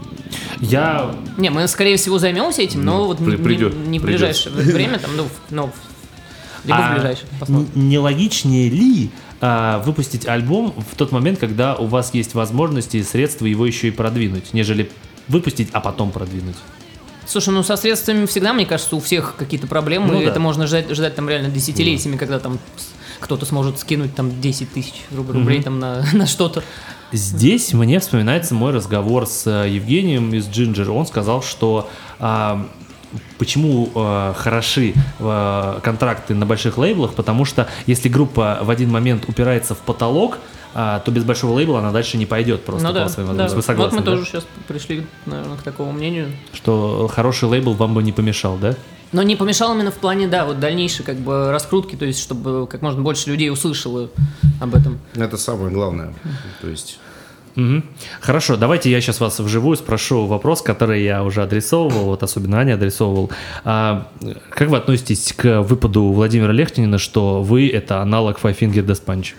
[SPEAKER 4] Я...
[SPEAKER 3] Не, мы, скорее всего, займемся этим, но
[SPEAKER 2] Ну,
[SPEAKER 3] вот
[SPEAKER 2] при-
[SPEAKER 3] не,
[SPEAKER 2] придет-
[SPEAKER 3] не в ближайшее время, там, ну, в- ну, в- либо
[SPEAKER 4] А
[SPEAKER 3] в ближайшее. посмотрим.
[SPEAKER 4] н- нелогичнее ли а, выпустить альбом в тот момент, когда у вас есть возможности и средства его еще и продвинуть, нежели выпустить, а потом продвинуть?
[SPEAKER 3] Слушай, ну со средствами всегда, мне кажется, у всех какие-то проблемы,
[SPEAKER 4] Ну
[SPEAKER 3] и
[SPEAKER 4] да.
[SPEAKER 3] это можно ждать, ждать там реально десятилетиями, когда там с- кто-то сможет скинуть там десять тысяч руб- рублей там на, на что-то.
[SPEAKER 4] Здесь мне вспоминается мой разговор с э, Евгением из Ginger. Он сказал, что а, почему э, хороши э, контракты на больших лейблах, потому что если группа в один момент упирается в потолок, а, то без большого лейбла она дальше не пойдет просто
[SPEAKER 3] Ну
[SPEAKER 4] по
[SPEAKER 3] да,
[SPEAKER 4] своим
[SPEAKER 3] да.
[SPEAKER 4] возможностям. Вы
[SPEAKER 3] Вот
[SPEAKER 4] согласны,
[SPEAKER 3] мы
[SPEAKER 4] да?
[SPEAKER 3] тоже сейчас пришли, наверное, к такому мнению.
[SPEAKER 4] Что хороший лейбл вам бы не помешал, да?
[SPEAKER 3] Но не помешал именно в плане, да, вот дальнейшей как бы раскрутки, то есть чтобы как можно больше людей услышало об этом.
[SPEAKER 2] это самое главное. То есть
[SPEAKER 4] Мгм. Хорошо, давайте я сейчас вас вживую спрошу вопрос, который я уже адресовывал, вот особенно Аня адресовывал. А, как вы относитесь к выпаду Владимира Лехтинина, что вы это аналог Five Finger Death Punch?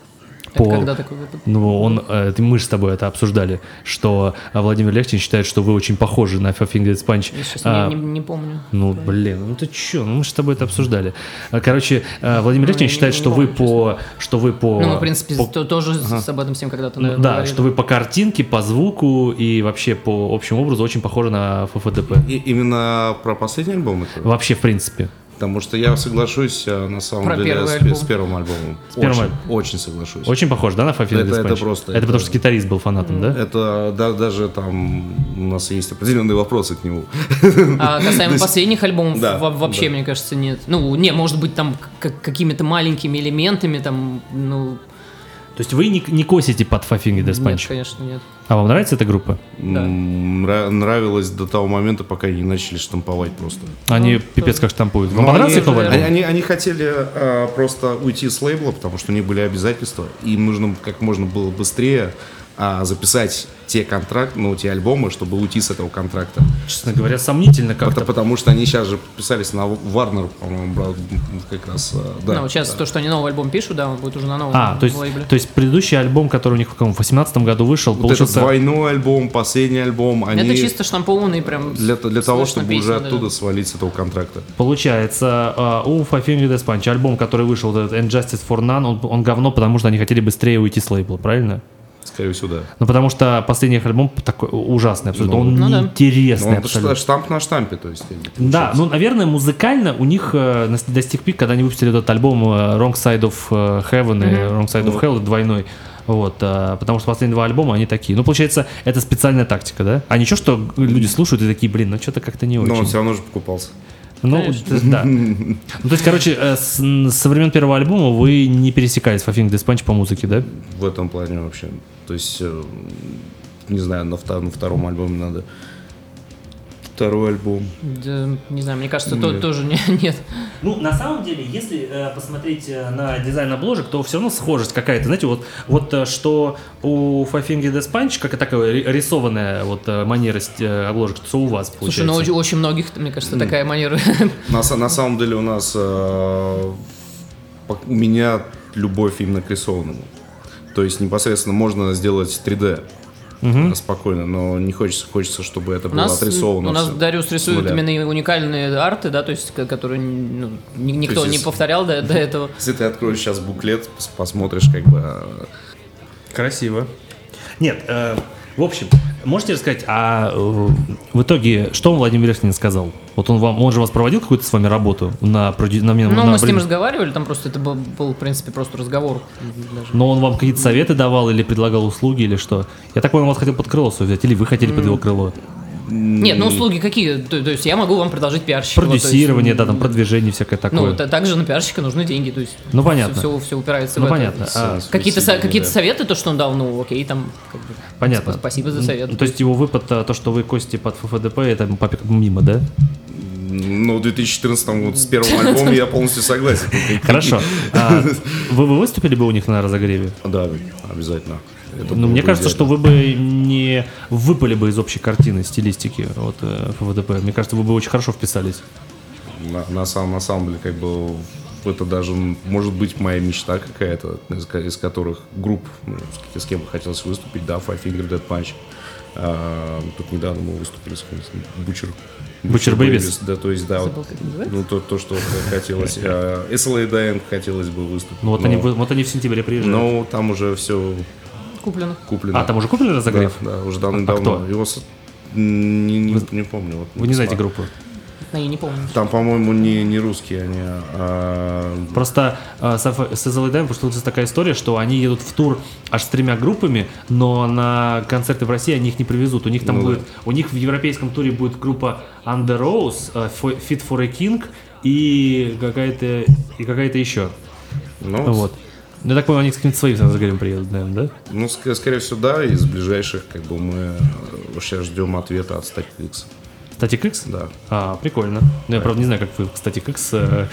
[SPEAKER 3] Это
[SPEAKER 4] По-
[SPEAKER 3] когда такой выпад?
[SPEAKER 4] Ну, он, э, это мы же с тобой это обсуждали, что э, Владимир Лехтин считает, что вы очень похожи на Five Finger Death Punch.
[SPEAKER 3] Я сейчас
[SPEAKER 4] А,
[SPEAKER 3] не, не- не помню.
[SPEAKER 4] Ну, блин, ну ты чё, ну мы же с тобой это обсуждали. А, Короче, э, Владимир
[SPEAKER 3] Ну,
[SPEAKER 4] Лехтин
[SPEAKER 3] я не-
[SPEAKER 4] считает,
[SPEAKER 3] не
[SPEAKER 4] что вы
[SPEAKER 3] помню,
[SPEAKER 4] по... Что вы по
[SPEAKER 3] Ну, мы, в принципе,
[SPEAKER 4] по-
[SPEAKER 3] то- тоже с об этом всем когда-то,
[SPEAKER 4] Ну,
[SPEAKER 3] наверное,
[SPEAKER 4] да,
[SPEAKER 3] говорили.
[SPEAKER 4] что вы по картинке, по звуку и вообще по общему образу очень похожи на ФФДП.
[SPEAKER 2] и- именно про последний альбом это?
[SPEAKER 4] Вообще, в принципе.
[SPEAKER 2] Потому что я соглашусь э, на самом
[SPEAKER 3] Про
[SPEAKER 2] деле
[SPEAKER 3] первый
[SPEAKER 2] с,
[SPEAKER 3] альбом.
[SPEAKER 2] с первым альбомом.
[SPEAKER 4] первым
[SPEAKER 2] очень,
[SPEAKER 4] альбомом.
[SPEAKER 2] очень соглашусь.
[SPEAKER 4] Очень похож, да, на Five Finger
[SPEAKER 2] Это-
[SPEAKER 4] Death
[SPEAKER 2] это
[SPEAKER 4] Punch?
[SPEAKER 2] просто-
[SPEAKER 4] Это
[SPEAKER 2] это-
[SPEAKER 4] потому, что гитарист был фанатом, да?
[SPEAKER 2] Это да, даже там у нас есть определенные вопросы к нему.
[SPEAKER 3] А касаемо последних альбомов,
[SPEAKER 2] Да,
[SPEAKER 3] во- вообще,
[SPEAKER 2] да.
[SPEAKER 3] мне кажется, нет. Ну, не, может быть, там к- какими-то маленькими элементами, там, ну,
[SPEAKER 4] То есть вы не, не косите под Five Finger Death
[SPEAKER 3] нет,
[SPEAKER 4] Punch?
[SPEAKER 3] конечно, нет.
[SPEAKER 4] А вам нравится эта группа?
[SPEAKER 2] М, нра- Нравилось до того момента, пока они не начали штамповать просто.
[SPEAKER 4] Они
[SPEAKER 3] Ну,
[SPEAKER 4] пипец как штампуют. Вам
[SPEAKER 2] Ну,
[SPEAKER 4] понравился
[SPEAKER 2] они,
[SPEAKER 4] их новый
[SPEAKER 2] они,
[SPEAKER 4] альбом?
[SPEAKER 2] они- они хотели э, просто уйти с лейбла, потому что у них были обязательства, и им нужно как можно было быстрее а, записать те контракты, ну, те альбомы, чтобы уйти с этого контракта.
[SPEAKER 4] Честно говоря, сомнительно
[SPEAKER 2] Это
[SPEAKER 4] как-то.
[SPEAKER 2] потому что они сейчас же подписались на Warner, по-моему, брат, как раз. э, Да,
[SPEAKER 3] ну, сейчас
[SPEAKER 2] да.
[SPEAKER 3] то, что они новый альбом пишут, да, он будет уже на новом
[SPEAKER 4] А, то есть,
[SPEAKER 3] лейбле.
[SPEAKER 4] то есть предыдущий альбом, который у них в каком, в восемнадцатом году вышел,
[SPEAKER 2] Вот
[SPEAKER 4] получился...
[SPEAKER 2] этот двойной альбом, последний альбом, они
[SPEAKER 3] Это чисто штампованный прям.
[SPEAKER 2] для, для того,
[SPEAKER 3] слышно
[SPEAKER 2] чтобы уже
[SPEAKER 3] песни, да.
[SPEAKER 2] оттуда свалить с этого контракта.
[SPEAKER 4] Получается, э, у Five Finger Death Punch альбом, который вышел, вот этот And Justice for None, он, он говно, потому что они хотели быстрее уйти с лейбла, правильно?
[SPEAKER 2] Скорее всего, да.
[SPEAKER 4] Ну, потому что последний их альбом такой ужасный абсолютно,
[SPEAKER 2] Ну,
[SPEAKER 4] он
[SPEAKER 3] ну да.
[SPEAKER 4] неинтересный
[SPEAKER 2] Ну, это
[SPEAKER 4] абсолютно.
[SPEAKER 2] шта- штамп на штампе, то есть.
[SPEAKER 4] Да, ну, наверное, музыкально у них э, нас- достиг пик, когда они выпустили этот альбом э, Wrong Side of э, Heaven и Wrong Side of Hell двойной. Вот, э, потому что последние два альбома, они такие. Ну, получается, это специальная тактика, да? А ничего, что люди слушают и такие, блин, ну что-то как-то не
[SPEAKER 2] Но он
[SPEAKER 4] очень.
[SPEAKER 2] все равно же покупался.
[SPEAKER 4] Ну,
[SPEAKER 3] Конечно.
[SPEAKER 4] т- да. Ну, то есть, короче, э, с, н- со времен первого альбома вы не пересекались с Five Finger Death Punch по музыке, да?
[SPEAKER 2] В этом плане вообще. То есть, э, не знаю, на, втор- на втором альбоме надо. Второй альбом.
[SPEAKER 3] Да, не знаю, мне кажется, то,
[SPEAKER 2] Нет.
[SPEAKER 3] тоже не- нет.
[SPEAKER 4] Ну, на самом деле, если э, посмотреть э, на дизайн обложек, то все равно схожесть какая-то. Знаете, вот, вот э, что у Five Finger Death Punch, как и такая ри- рисованная вот э, манера ст- э, обложек, что у вас получается.
[SPEAKER 3] Слушай, ну очень, очень многих, мне кажется, такая манера.
[SPEAKER 2] На, са- на самом деле у нас э, по- у меня любовь именно к рисованному. То есть непосредственно можно сделать три дэ э, спокойно, но не хочется, хочется, чтобы это
[SPEAKER 3] У
[SPEAKER 2] было
[SPEAKER 3] нас,
[SPEAKER 2] отрисовано.
[SPEAKER 3] у нас
[SPEAKER 2] всё
[SPEAKER 3] Дариус
[SPEAKER 2] с
[SPEAKER 3] рисует
[SPEAKER 2] нуля.
[SPEAKER 3] именно уникальные арты, да, то есть, ко- которые ну, ни- никто
[SPEAKER 2] есть
[SPEAKER 3] не
[SPEAKER 2] если-
[SPEAKER 3] повторял до, до этого.
[SPEAKER 2] Если ты откроешь сейчас буклет, пос- посмотришь, как бы. э,
[SPEAKER 4] Красиво. Нет, э, в общем, Можете рассказать, а э, в итоге, что вам Владимир Верхнин сказал? Вот он вам, он же вас проводил какую-то с вами работу на, проди- на, на,
[SPEAKER 3] Ну,
[SPEAKER 4] на
[SPEAKER 3] мы с ним
[SPEAKER 4] брейн-
[SPEAKER 3] разговаривали, там просто это был, был, в принципе, просто разговор. Даже.
[SPEAKER 4] Но он вам какие-то советы давал или предлагал услуги или что? Я так понял, он вас хотел под крыло свое взять, или вы хотели под его крыло?
[SPEAKER 3] Нет, ну услуги какие? То, то есть я могу вам предложить пиарщика. вот, то есть,
[SPEAKER 4] Продюсирование, да, там продвижение всякое такое.
[SPEAKER 3] Ну, та- также на пиарщика нужны деньги, то есть
[SPEAKER 4] Ну, понятно.
[SPEAKER 3] Все, все упирается
[SPEAKER 4] Ну,
[SPEAKER 3] в это.
[SPEAKER 4] понятно. А,
[SPEAKER 3] Какие-то, со-
[SPEAKER 2] Спасибо,
[SPEAKER 3] какие-то
[SPEAKER 2] да.
[SPEAKER 3] советы, то, что он дал, ну окей, там, как бы,
[SPEAKER 4] Понятно.
[SPEAKER 3] сп- спасибо за совет.
[SPEAKER 4] Ну, то есть его выпад, а, то, что вы косите под ФФДП, это папе как бы мимо, да?
[SPEAKER 2] Ну, в две тысячи четырнадцатом вот с первым альбомом я полностью согласен.
[SPEAKER 4] Хорошо. А вы бы выступили бы у них на разогреве?
[SPEAKER 2] Да, обязательно. Это
[SPEAKER 4] Ну,
[SPEAKER 2] было
[SPEAKER 4] мне
[SPEAKER 2] бы
[SPEAKER 4] кажется, что
[SPEAKER 2] идеально.
[SPEAKER 4] вы бы не выпали бы из общей картины, стилистики вот, э, ФВДП. Мне кажется, вы бы очень хорошо вписались.
[SPEAKER 2] На, на, самом, на самом деле, как бы, это даже может быть моя мечта какая-то, из, ко- из которых групп, ну, с, с кем бы хотелось выступить, да, Five Finger Death Punch. А, тут недавно мы выступили с Бучер.
[SPEAKER 4] Butcher Babies.
[SPEAKER 2] Да, то есть, да, вот,
[SPEAKER 3] Забыл, как это называется?
[SPEAKER 2] ну, то, то, что хотелось. А, эс эл эй Dying хотелось бы выступить.
[SPEAKER 4] Ну, вот,
[SPEAKER 2] но,
[SPEAKER 4] они, вы- вот они в сентябре приезжают.
[SPEAKER 2] но там уже все
[SPEAKER 3] Куплено.
[SPEAKER 2] куплено.
[SPEAKER 4] А, там уже купили разогрев?
[SPEAKER 2] Да, да, уже давно-давно.
[SPEAKER 4] кто?
[SPEAKER 2] Его с- не, не, не помню. Вот,
[SPEAKER 4] Вы не знаете
[SPEAKER 2] посмотрю.
[SPEAKER 4] группу?
[SPEAKER 3] А я не помню.
[SPEAKER 2] Там, по-моему, не, не русские они, а...
[SPEAKER 4] Просто э, с F- с эс эл эй Dying случилась такая история, что они едут в тур аж с тремя группами, но на концерты в России они их не привезут. У них там
[SPEAKER 2] Ну
[SPEAKER 4] будет,
[SPEAKER 2] да.
[SPEAKER 4] у них в европейском туре будет группа Under Rose, э, Fo- Fit for a King и какая-то и какая-то еще.
[SPEAKER 2] Ну,
[SPEAKER 4] Вот. Ну, я так понимаю, они с каким-то своим разогревом приедут, наверное, да?
[SPEAKER 2] ну, ск- скорее всего, да. Из ближайших, как бы, мы сейчас ждем ответа от Static X.
[SPEAKER 4] Static X?
[SPEAKER 2] Да.
[SPEAKER 4] А, прикольно. Ну, я, правда, не знаю, как вы, Static X. э,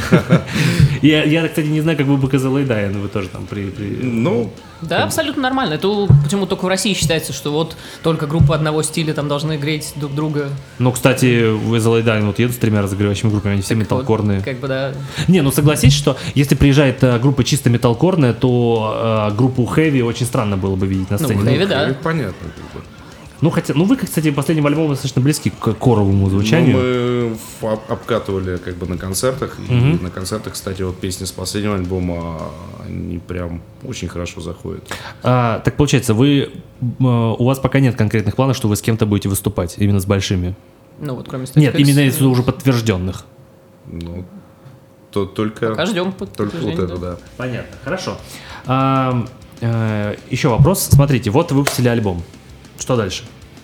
[SPEAKER 4] Я, я, кстати, не знаю, как вы бы к эс эл эй Dying, вы тоже там при... при-
[SPEAKER 2] Ну,
[SPEAKER 3] Да, абсолютно нормально. Это у- почему только в России считается, что вот только группы одного стиля там должны греть друг друга.
[SPEAKER 4] Ну, кстати, в эс эл эй Dying вот едут с тремя разогревающими группами, они все
[SPEAKER 3] Вот,
[SPEAKER 4] металкорные.
[SPEAKER 3] как бы, да.
[SPEAKER 4] Не, ну согласись, что если приезжает э, группа чисто металкорная, то э, группу Heavy очень странно было бы видеть на
[SPEAKER 3] Ну,
[SPEAKER 4] сцене.
[SPEAKER 3] Heavy,
[SPEAKER 4] Ну,
[SPEAKER 3] да.
[SPEAKER 2] это понятно. Как бы.
[SPEAKER 4] ну, хотя, ну вы, кстати, последним альбомом достаточно близки к коровому
[SPEAKER 2] Ну,
[SPEAKER 4] звучанию.
[SPEAKER 2] мы в- об- обкатывали как бы на концертах. И на концертах, кстати, вот песни с последнего альбома, они прям очень хорошо заходят.
[SPEAKER 4] А, так получается, вы, э, у вас пока нет конкретных планов, что вы с кем-то будете выступать, именно с большими?
[SPEAKER 3] Ну вот, кроме Static
[SPEAKER 4] Нет,
[SPEAKER 3] X,
[SPEAKER 4] именно из уже подтвержденных.
[SPEAKER 2] Ну, то только,
[SPEAKER 3] Пока ждем
[SPEAKER 2] только вот
[SPEAKER 3] подтверждения,
[SPEAKER 2] это, да.
[SPEAKER 4] Понятно, хорошо. А, э, еще вопрос. Смотрите, вот вы выпустили альбом. Что дальше?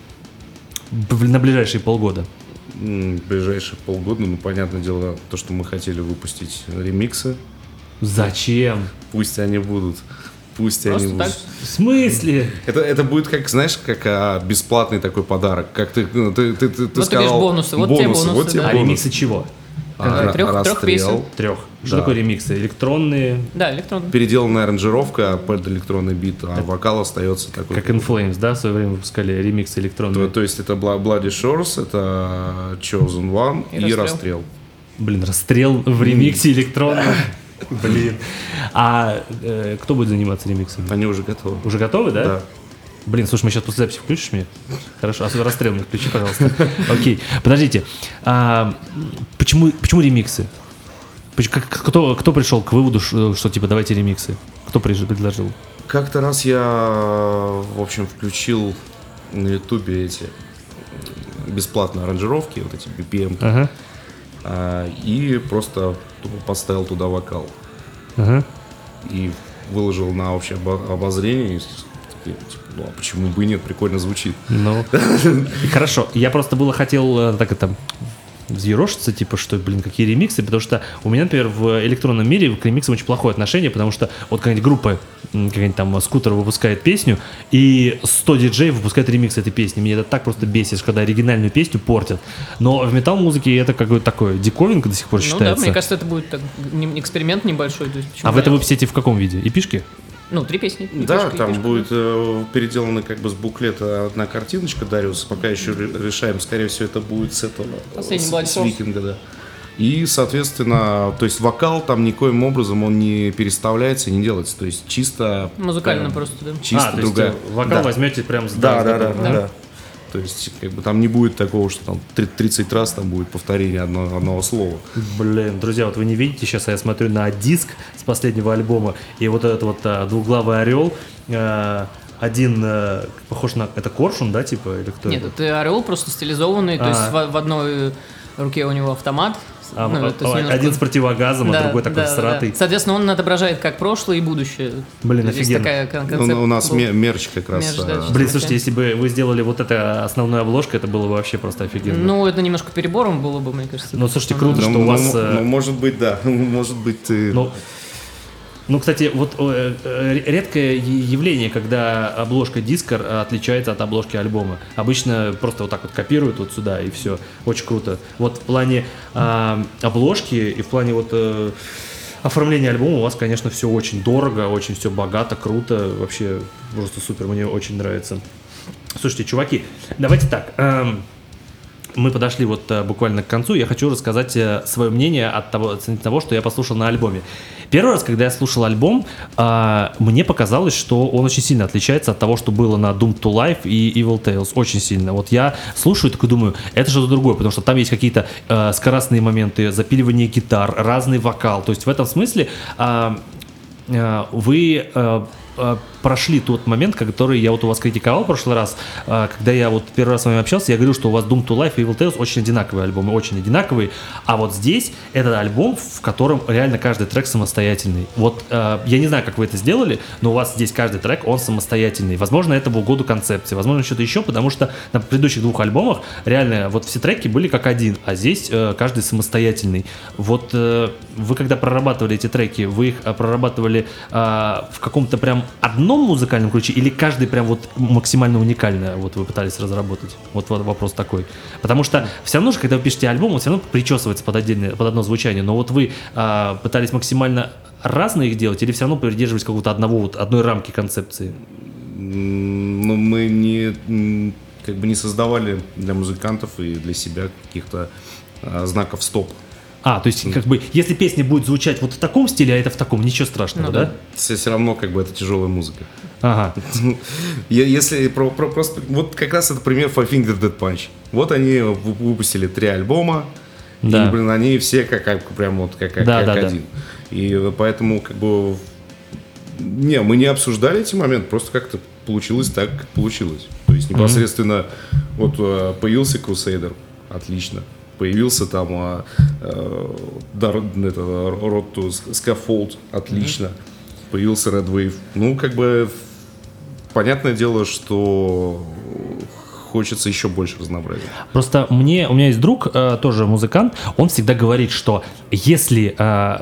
[SPEAKER 4] Б- на ближайшие полгода.
[SPEAKER 2] М, В ближайшие полгода, ну, понятное дело, то, что мы хотели выпустить ремиксы,
[SPEAKER 4] Зачем?
[SPEAKER 2] пусть они будут. Пусть
[SPEAKER 3] Просто
[SPEAKER 2] они
[SPEAKER 3] так.
[SPEAKER 2] будут.
[SPEAKER 4] В смысле?
[SPEAKER 2] Это, это будет, как, знаешь, как а, бесплатный такой подарок. Как ты, ну, ты, ты, ты, ты
[SPEAKER 3] Вот тебе
[SPEAKER 2] сказал,
[SPEAKER 3] бонусы, вот тебе бонусы,
[SPEAKER 2] вот тебе
[SPEAKER 3] да.
[SPEAKER 4] А
[SPEAKER 2] бонусы.
[SPEAKER 4] ремиксы чего?
[SPEAKER 2] А,
[SPEAKER 3] Трех- трех
[SPEAKER 2] расстрел,
[SPEAKER 3] песен.
[SPEAKER 4] Трех. Что
[SPEAKER 2] Да.
[SPEAKER 4] такое ремиксы? Электронные,
[SPEAKER 3] Да, электронно.
[SPEAKER 2] переделанная аранжировка под электронный бит, а вокал остается такой.
[SPEAKER 4] как In Flames, да, в свое время выпускали ремиксы
[SPEAKER 2] То,
[SPEAKER 4] электронные.
[SPEAKER 2] то есть это Bla- Bloody Shores, это Chosen One
[SPEAKER 3] И
[SPEAKER 2] и,
[SPEAKER 3] Расстрел.
[SPEAKER 2] расстрел.
[SPEAKER 4] Блин, расстрел в ремиксе электронном. Блин. А э, кто будет заниматься ремиксами?
[SPEAKER 2] Они уже готовы.
[SPEAKER 4] Уже готовы, да?
[SPEAKER 2] Да.
[SPEAKER 4] Блин, слушай, мы сейчас после записи включишь мне? Хорошо, а расстрел мне включи, пожалуйста. Окей, подождите. А, почему, почему ремиксы? Поч- как- Кто, кто пришел к выводу, что, что, типа давайте ремиксы? Кто приж- предложил?
[SPEAKER 2] Как-то раз я, в общем, включил на Ютубе эти бесплатные аранжировки, вот эти би пи эм,
[SPEAKER 4] Ага,
[SPEAKER 2] а, и просто тупо поставил туда вокал.
[SPEAKER 4] ага.
[SPEAKER 2] И выложил на общее обо- обозрение. И такие, типа, ну, а почему бы и нет, прикольно звучит.
[SPEAKER 4] Ну, хорошо. Я просто было хотел э, так это взъерошиться, типа, что, блин, какие ремиксы, потому что у меня, например, в электронном мире к ремиксам очень плохое отношение, потому что вот какая-нибудь группа, м, какая-нибудь там Скутер выпускает песню, и сто диджеев выпускает ремикс этой песни. Меня это так просто бесит, когда оригинальную песню портят. Но в метал-музыке это какое-то такое диковинка до сих пор
[SPEAKER 3] Ну да,
[SPEAKER 4] считается.
[SPEAKER 3] мне кажется, это будет так, не- эксперимент небольшой. То есть, почему
[SPEAKER 4] А вы это
[SPEAKER 3] нет?
[SPEAKER 4] выпустите в каком виде? Эпишки?
[SPEAKER 3] Ну, три песни.
[SPEAKER 2] Да,
[SPEAKER 3] Эпишка,
[SPEAKER 2] там
[SPEAKER 3] эпишка,
[SPEAKER 2] будет э, переделана как бы с буклета одна картиночка Дариуса. Пока еще ре- решаем, скорее всего, это будет с этого,
[SPEAKER 3] Последний
[SPEAKER 2] с,
[SPEAKER 3] Bloody
[SPEAKER 2] с
[SPEAKER 3] Source.
[SPEAKER 2] Викинга, да. И, соответственно, то есть вокал там никоим образом он не переставляется, не делается. То есть чисто...
[SPEAKER 3] Музыкально
[SPEAKER 2] прям
[SPEAKER 3] просто, да.
[SPEAKER 2] Чисто
[SPEAKER 4] а, то есть
[SPEAKER 2] другая.
[SPEAKER 4] э, вокал
[SPEAKER 2] Да.
[SPEAKER 4] возьмете прям с
[SPEAKER 2] Да,
[SPEAKER 4] с
[SPEAKER 2] да, да,
[SPEAKER 4] готовым.
[SPEAKER 2] да, да. То есть, как бы там не будет такого, что там три- тридцать раз там будет повторение одного, одного слова.
[SPEAKER 4] Блин, друзья, вот вы не видите, сейчас я смотрю на диск с последнего альбома, и вот этот вот а, двуглавый орел, а, один э, похож на... Это коршун, да, типа? Или кто
[SPEAKER 3] Нет,
[SPEAKER 4] это?
[SPEAKER 3] это орел просто стилизованный, то
[SPEAKER 4] А.
[SPEAKER 3] есть в, в одной руке у него автомат.
[SPEAKER 4] А,
[SPEAKER 3] ну,
[SPEAKER 4] а,
[SPEAKER 3] то есть немножко-
[SPEAKER 4] один с противогазом, а
[SPEAKER 3] Да,
[SPEAKER 4] другой такой
[SPEAKER 3] да, да,
[SPEAKER 4] всратый.
[SPEAKER 3] да. Соответственно, он отображает как прошлое и будущее.
[SPEAKER 4] Блин,
[SPEAKER 3] Здесь
[SPEAKER 4] офигенно.
[SPEAKER 3] такая кон-
[SPEAKER 2] Ну,
[SPEAKER 3] концепт
[SPEAKER 2] у нас
[SPEAKER 3] был.
[SPEAKER 2] ме- мерч как раз.
[SPEAKER 3] Мерч, да,
[SPEAKER 2] а,
[SPEAKER 3] чисто.
[SPEAKER 4] Блин, слушайте, если бы вы сделали вот это основной обложкой, это было бы вообще просто офигенно.
[SPEAKER 3] Ну, это немножко перебором было бы, мне кажется.
[SPEAKER 4] Ну, слушайте, круто,
[SPEAKER 2] ну,
[SPEAKER 4] что у
[SPEAKER 2] ну,
[SPEAKER 4] вас...
[SPEAKER 2] ну,
[SPEAKER 4] э,
[SPEAKER 2] ну, может быть, да. Может быть, ты...
[SPEAKER 4] Ну, ну, кстати, вот э, э, редкое я- явление, когда обложка диска отличается от обложки альбома. Обычно просто вот так вот копируют вот сюда и все. Очень круто. Вот в плане э, обложки и в плане вот э, оформления альбома у вас, конечно, все очень дорого, очень все богато, круто. Вообще просто супер, мне очень нравится. Слушайте, чуваки, давайте так. эм, Мы подошли вот э, буквально к концу. Я хочу рассказать э, свое мнение от того, от того, что я послушал на альбоме. Первый раз, когда я слушал альбом, э, мне показалось, что он очень сильно отличается от того, что было на Doomed to Life и Evil Tales. Очень сильно. Вот я слушаю и такой думаю, это что-то другое, потому что там есть какие-то э, скоростные моменты, запиливание гитар, разный вокал. То есть в этом смысле э, э, вы... э, э, прошли тот момент, который я вот у вас критиковал в прошлый раз, э, когда я вот первый раз с вами общался, я говорил, что у вас Doomed to Life и Evil Tales очень одинаковые альбомы, очень одинаковые, а вот здесь этот альбом, в котором реально каждый трек самостоятельный. Вот э, я не знаю, как вы это сделали, но у вас здесь каждый трек, он самостоятельный. Возможно, это в угоду концепции, возможно, что-то еще, потому что на предыдущих двух альбомах реально вот все треки были как один, а здесь э, каждый самостоятельный. Вот э, вы когда прорабатывали эти треки, вы их э, прорабатывали э, в каком-то прям одном музыкальном ключе или каждый прям вот максимально уникально вот вы пытались разработать? Вот, вот вопрос такой. Потому что все равно же, когда вы пишете альбом, он все равно причесывается под, отдельное, под одно звучание, но вот вы э, пытались максимально разные их делать или все равно придерживались какого-то одного, вот, одной рамки концепции?
[SPEAKER 2] Ну, мы не, м, как бы не создавали для музыкантов и для себя каких-то а, знаков стоп.
[SPEAKER 4] А, то есть, как бы, если песня будет звучать вот в таком стиле, а это в таком, ничего страшного,
[SPEAKER 3] Ну
[SPEAKER 4] да?
[SPEAKER 3] да.
[SPEAKER 2] Все, все равно как бы это тяжелая музыка.
[SPEAKER 4] Ага.
[SPEAKER 2] Я- Если про, про- просто вот как раз это пример Five Finger Death Punch. Вот они вы- выпустили три альбома,
[SPEAKER 4] Да.
[SPEAKER 2] и, блин, они все как, как прям вот как, как,
[SPEAKER 4] Да,
[SPEAKER 2] как
[SPEAKER 4] да, да.
[SPEAKER 2] один. И поэтому как бы не, мы не обсуждали эти моменты, просто как-то получилось так, как получилось. То есть непосредственно вот э, появился Crusader, отлично. Появился там а, э, Dar- это, Road to Scaffold, отлично. Появился Red Wave. Ну, как бы понятное дело, что хочется еще больше разнообразия.
[SPEAKER 4] Просто мне, у меня есть друг, э, тоже музыкант, он всегда говорит, что если э,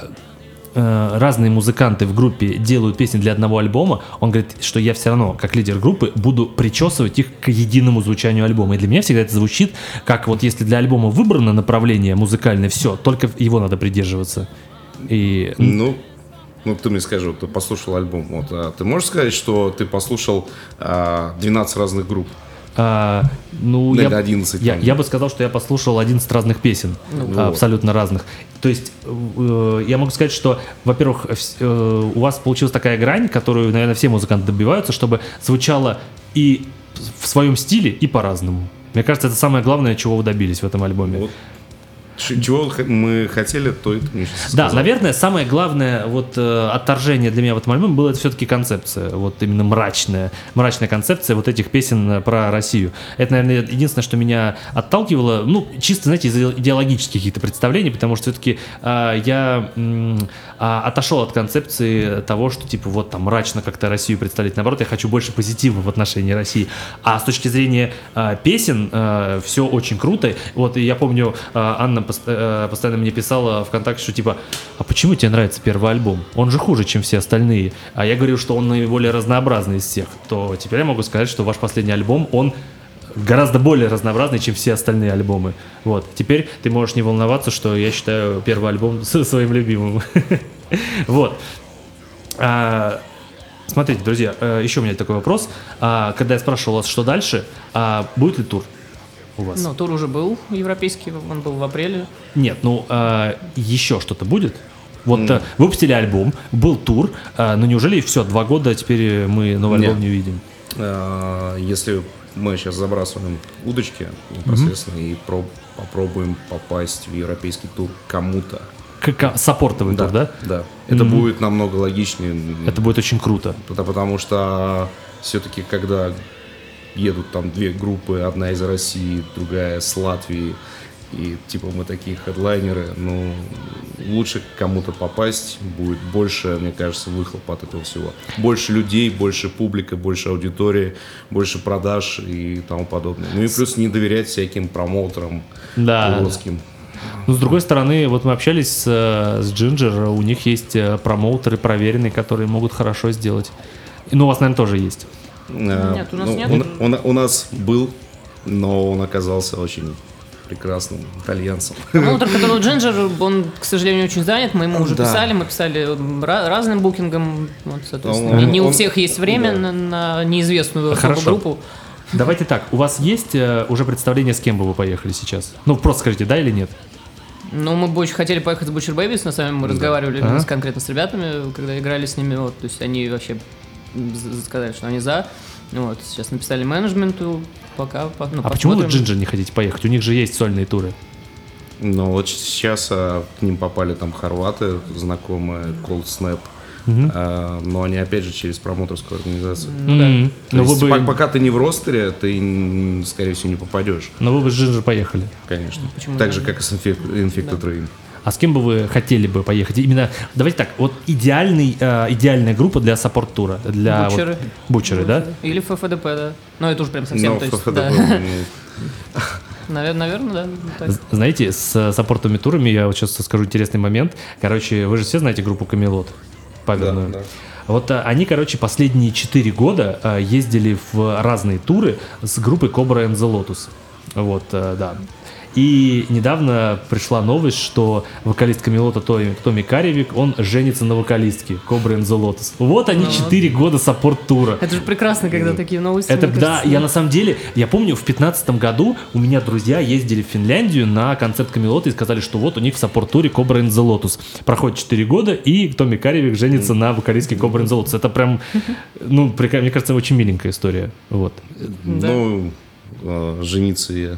[SPEAKER 4] э, разные музыканты в группе делают песни для одного альбома, он говорит, что я все равно, как лидер группы, буду причесывать их к единому звучанию альбома. И для меня всегда это звучит, как вот если для альбома выбрано направление музыкальное, все, только его надо придерживаться. И...
[SPEAKER 2] Ну, ну ты мне скажи, вот ты послушал альбом, вот, а ты можешь сказать, что ты послушал а, двенадцать разных групп?
[SPEAKER 4] А, ну,
[SPEAKER 2] Или
[SPEAKER 4] я,
[SPEAKER 2] одиннадцать,
[SPEAKER 4] я,
[SPEAKER 2] там.
[SPEAKER 4] я бы сказал, что я послушал одиннадцать разных песен,
[SPEAKER 2] вот.
[SPEAKER 4] а, абсолютно разных. То есть э, я могу сказать, что, во-первых, вс- э, у вас получилась такая грань, которую, наверное, все музыканты добиваются, чтобы звучало и в своем стиле, и по-разному. Мне кажется, это самое главное, чего вы добились в этом альбоме.
[SPEAKER 2] Вот. Ш- Чего х- мы хотели, то это мне сейчас
[SPEAKER 4] Да,
[SPEAKER 2] сказал.
[SPEAKER 4] наверное, самое главное вот э, отторжение для меня в этом альбоме было это все-таки концепция, вот именно мрачная, мрачная концепция вот этих песен э, про Россию. Это, наверное, единственное, что меня отталкивало, ну, чисто, знаете, из идеологических каких-то представлений, потому что все-таки э, я м, а, отошел от концепции того, что типа вот там мрачно как-то Россию представить, наоборот, я хочу больше позитива в отношении России. А с точки зрения э, песен э, все очень круто. Вот и я помню, э, Анна пост- э, постоянно мне писала ВКонтакте, что типа, а почему тебе нравится первый альбом? Он же хуже, чем все остальные. А я говорил, что он наиболее разнообразный из всех. То теперь я могу сказать, что ваш последний альбом, он гораздо более разнообразный, чем все остальные альбомы. Вот. Теперь ты можешь не волноваться, что я считаю первый альбом своим любимым. Вот. А, Смотрите, друзья, э, еще у меня такой вопрос. А, Когда я спрашивал вас, что дальше, а будет ли тур у вас?
[SPEAKER 3] Ну, тур уже был европейский, он был в апреле.
[SPEAKER 4] Нет, ну а, еще что-то будет? Вот а, выпустили альбом, был тур, а, но неужели все, два года теперь мы новый альбом
[SPEAKER 2] Нет.
[SPEAKER 4] не увидим?
[SPEAKER 2] А, Если мы сейчас забрасываем удочки непосредственно и проб- попробуем попасть в европейский тур кому-то,
[SPEAKER 4] как саппортовый тур, да?
[SPEAKER 2] Да. Это
[SPEAKER 4] Мгм.
[SPEAKER 2] будет намного логичнее.
[SPEAKER 4] Это будет очень круто.
[SPEAKER 2] Это потому что все-таки, когда едут там две группы, одна из России, другая с Латвии, и типа мы такие хедлайнеры, ну, лучше к кому-то попасть, будет больше, мне кажется, выхлоп от этого всего. Больше людей, больше публика, больше аудитории, больше продаж и тому подобное. Ну и плюс не доверять всяким промоутерам
[SPEAKER 4] Да.
[SPEAKER 2] уродским.
[SPEAKER 4] Но с другой стороны, вот мы общались с, э, с Ginger, у них есть э, промоутеры проверенные, которые могут хорошо сделать. Ну, у вас, наверное, тоже есть.
[SPEAKER 3] Нет, у нас
[SPEAKER 2] Ну,
[SPEAKER 3] нет.
[SPEAKER 2] У, у- у нас был, но он оказался очень прекрасным итальянцем.
[SPEAKER 3] Промоутер, который у Ginger, он, к сожалению, очень занят. Мы ему уже
[SPEAKER 2] Да.
[SPEAKER 3] писали, мы писали ra- разным букингом. Вот, соответственно,
[SPEAKER 2] Он-
[SPEAKER 3] не, не у
[SPEAKER 2] он-
[SPEAKER 3] всех есть время
[SPEAKER 2] да.
[SPEAKER 3] на, на неизвестную особо
[SPEAKER 4] Хорошо.
[SPEAKER 3] группу.
[SPEAKER 4] Давайте так, у вас есть э, уже представление, с кем бы вы поехали сейчас? Ну, просто скажите, да или нет?
[SPEAKER 3] Ну, мы бы очень хотели поехать с Butcher Babies, на самом деле мы разговаривали
[SPEAKER 4] Ага.
[SPEAKER 3] с- конкретно с ребятами, когда играли с ними, вот, то есть они вообще з- сказали, что они за. Вот, сейчас написали менеджменту, пока, по- ну,
[SPEAKER 4] А почему вы
[SPEAKER 3] посмотрим.
[SPEAKER 4] Ginger не хотите поехать? У них же есть сольные туры.
[SPEAKER 2] Но вот сейчас а, к ним попали там хорваты, знакомые, Cold Snap.
[SPEAKER 4] Мгм.
[SPEAKER 2] А, но они опять же через промоутерскую организацию.
[SPEAKER 3] Ну да.
[SPEAKER 4] М,
[SPEAKER 2] То
[SPEAKER 4] Но вы
[SPEAKER 2] есть,
[SPEAKER 4] бы,
[SPEAKER 2] по- пока ты не в ростере, ты, м, скорее всего, не попадешь,
[SPEAKER 4] но вы бы с Ginger поехали.
[SPEAKER 2] конечно.
[SPEAKER 3] Почему
[SPEAKER 2] Так
[SPEAKER 3] нет?
[SPEAKER 2] же, как и с Infect- Infected Rain.
[SPEAKER 4] А с кем бы вы хотели бы поехать? Именно, давайте так, вот идеальный, э, идеальная группа для саппорт-тура. Для вот-
[SPEAKER 3] Бутчеры.
[SPEAKER 4] Бутчеры, да?
[SPEAKER 3] Или ФФДП, да. Но это уже прям совсем,
[SPEAKER 2] Но
[SPEAKER 3] то есть,
[SPEAKER 2] ФФДП,
[SPEAKER 3] да.
[SPEAKER 2] ну,
[SPEAKER 3] Наверное, да. так.
[SPEAKER 4] З- Знаете, с саппортовыми турами я вот сейчас скажу интересный момент. Короче, вы же все знаете группу Камелот паперную.
[SPEAKER 2] Да, да.
[SPEAKER 4] Вот а, они, короче, последние четыре года а, ездили в разные туры с группой Cobra and the Lotus. Вот, а, да. И недавно пришла новость, что вокалист Камелота Томми, Томми Каревик, он женится на вокалистке Cobra and the Lotus. Вот они
[SPEAKER 3] Ну.
[SPEAKER 4] четыре года саппорт-тура.
[SPEAKER 3] Это же прекрасно, когда такие новости.
[SPEAKER 4] Это,
[SPEAKER 3] мне
[SPEAKER 4] да,
[SPEAKER 3] кажется.
[SPEAKER 4] я на самом деле, я помню, в пятнадцатом году у меня друзья ездили в Финляндию на концерт Камелота и сказали, что вот у них в саппорт-туре Cobra and the Lotus. Проходит четыре года, и Томми Каревик женится на вокалистке Cobra and the Lotus. Это прям, ну, прикольно, мне кажется, очень миленькая история. Вот.
[SPEAKER 2] Ну, а, жениться я.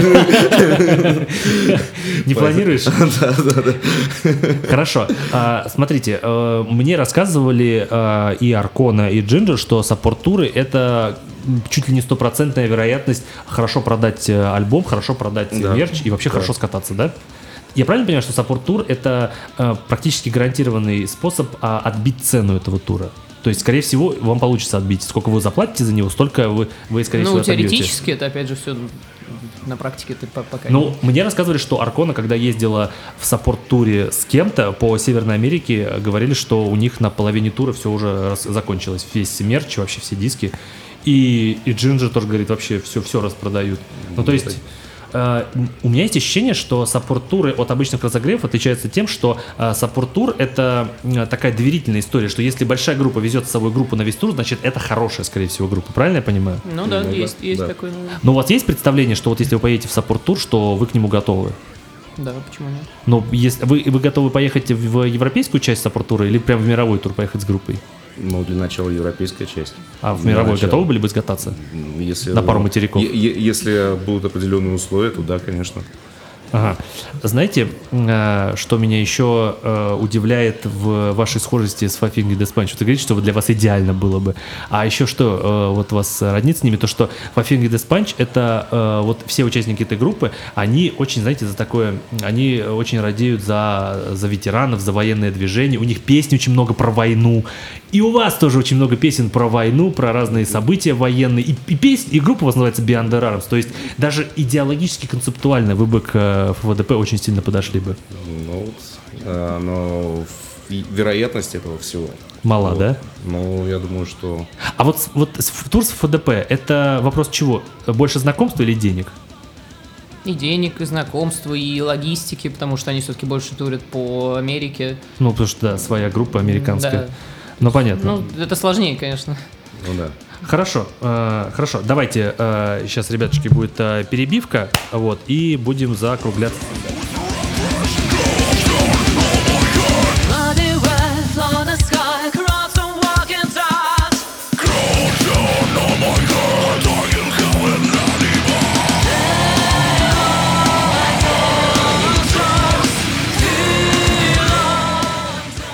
[SPEAKER 4] Не планируешь?
[SPEAKER 2] Да, да, да.
[SPEAKER 4] Хорошо. А, смотрите, э, мне рассказывали э, и Аркона, и Джинджер, что саппорт-туры — это чуть ли не стопроцентная вероятность хорошо продать э, альбом, хорошо продать э,
[SPEAKER 2] Да.
[SPEAKER 4] мерч и вообще
[SPEAKER 2] Да.
[SPEAKER 4] хорошо скататься, да? Я правильно понимаю, что саппорт-тур — это э, практически гарантированный способ а, отбить цену этого тура? То есть, скорее всего, вам получится отбить. Сколько вы заплатите за него, столько вы, вы скорее всего,
[SPEAKER 3] Ну,
[SPEAKER 4] отобьете.
[SPEAKER 3] теоретически это, опять же, все на практике ты по- пока
[SPEAKER 4] Ну, мне рассказывали, что Аркона, когда ездила в саппорт-туре с кем-то по Северной Америке, говорили, что у них на половине тура все уже рас- закончилось. Весь мерч, вообще все диски. И, и Джинджер тоже говорит, вообще все, все распродают. Ну, то есть... э, у меня есть ощущение, что саппорт-туры от обычных разогревов отличаются тем, что э, саппорт-тур — это э, такая доверительная история, что если большая группа везет с собой группу на весь тур, значит, это хорошая, скорее всего, группа. Правильно я понимаю?
[SPEAKER 3] Ну да,
[SPEAKER 2] Ну да,
[SPEAKER 3] есть, есть
[SPEAKER 2] да.
[SPEAKER 3] такой. ну,
[SPEAKER 4] Но у вас есть представление, что вот если вы поедете в саппорт-тур, что вы к нему готовы?
[SPEAKER 3] Да, почему нет?
[SPEAKER 4] Но если вы, вы готовы поехать в европейскую часть саппорт-тура или прям в мировой тур поехать с группой?
[SPEAKER 2] Ну, для начала европейская часть.
[SPEAKER 4] А в
[SPEAKER 2] Для
[SPEAKER 4] мировой
[SPEAKER 2] начала.
[SPEAKER 4] готовы были бы скататься?
[SPEAKER 2] Если,
[SPEAKER 4] На пару материков.
[SPEAKER 2] е- е- Если будут определенные условия, то да, конечно.
[SPEAKER 4] Ага. Знаете, э, что меня еще э, удивляет в вашей схожести с Five Finger Death Punch? Вы говорите, что для вас идеально было бы. А еще что э, вот вас роднит с ними, то что Five Finger Death Punch — это э, вот все участники этой группы, они очень, знаете, за такое, они очень радеют за, за ветеранов, за военное движение. У них песни очень много про войну. И у вас тоже очень много песен про войну, про разные события военные. И, и, песни, и группа у вас называется Beyond the Arms. То есть даже идеологически, концептуально вы бы к э, ФВДП очень сильно подошли бы.
[SPEAKER 2] Ну, вот, а, но в- вероятность этого всего.
[SPEAKER 4] Мала,
[SPEAKER 2] Вот.
[SPEAKER 4] да?
[SPEAKER 2] Ну, я думаю, что...
[SPEAKER 4] А вот, с- вот с- тур с ФДП — это вопрос чего? Больше знакомства или денег?
[SPEAKER 3] И денег, и знакомства, и логистики, потому что они все-таки больше турят по Америке.
[SPEAKER 4] Ну, потому что, да, своя группа американская.
[SPEAKER 3] Да.
[SPEAKER 4] Ну, понятно.
[SPEAKER 3] Ну, это сложнее, конечно.
[SPEAKER 2] Ну да.
[SPEAKER 4] Хорошо, э, хорошо. Давайте э, сейчас, ребятушки, будет э, перебивка, вот, и будем закругляться.
[SPEAKER 5] Bloody red on the sky, across the walking dog.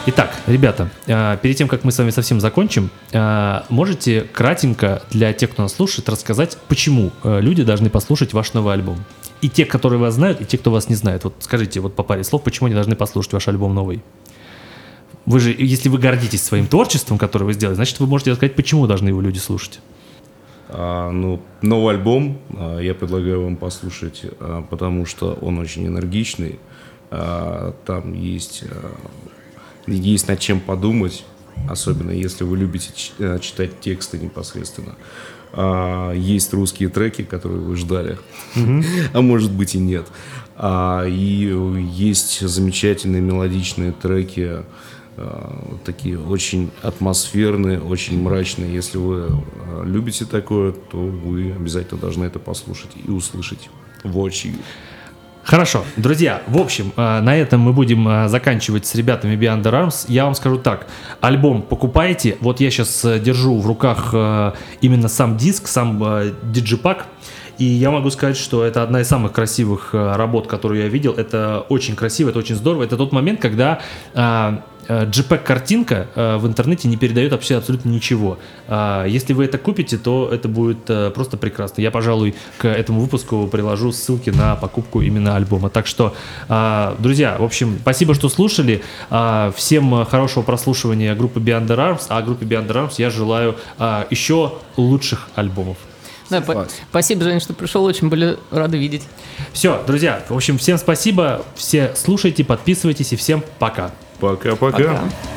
[SPEAKER 4] Итак, ребята, э, перед тем, как мы с вами совсем закончим, э, можете кратенько для тех, кто нас слушает, рассказать, почему э, люди должны послушать ваш новый альбом? И те, которые вас знают, и те, кто вас не знает. Вот скажите вот по паре слов, почему они должны послушать ваш альбом новый? Вы же, если вы гордитесь своим творчеством, которое вы сделали, значит, вы можете рассказать, почему должны его люди слушать.
[SPEAKER 2] А, ну, новый альбом а, я предлагаю вам послушать, а, потому что он очень энергичный. А, там есть, а, есть над чем подумать, особенно если вы любите ч- а, читать тексты непосредственно. А, есть русские треки, которые вы ждали, а может быть и нет. А, и есть замечательные мелодичные треки, а, такие очень атмосферные, очень мрачные. Если вы а, любите такое, то вы обязательно должны это послушать и услышать воочию.
[SPEAKER 4] Хорошо, друзья, в общем, э, на этом мы будем э, заканчивать с ребятами Beyond the Arms. Я вам скажу так, альбом покупайте, вот я сейчас э, держу в руках э, именно сам диск, сам э, диджипак, и я могу сказать, что это одна из самых красивых э, работ, которую я видел. Это очень красиво, это очень здорово. Это тот момент, когда э, э, джей пи джи-картинка э, в интернете не передает вообще абсолютно ничего. Э, если вы это купите, то это будет э, просто прекрасно. Я, пожалуй, к этому выпуску приложу ссылки на покупку именно альбома. Так что, э, друзья, в общем, спасибо, что слушали. Э, всем хорошего прослушивания группы Beyond the Arms. А группе Beyond the Arms я желаю э, еще лучших альбомов.
[SPEAKER 3] Да, по- спасибо, Женя, что пришел, очень были рады видеть.
[SPEAKER 4] Все, друзья, в общем, всем спасибо, все слушайте, подписывайтесь и всем пока.
[SPEAKER 2] Пока-пока.
[SPEAKER 3] Пока.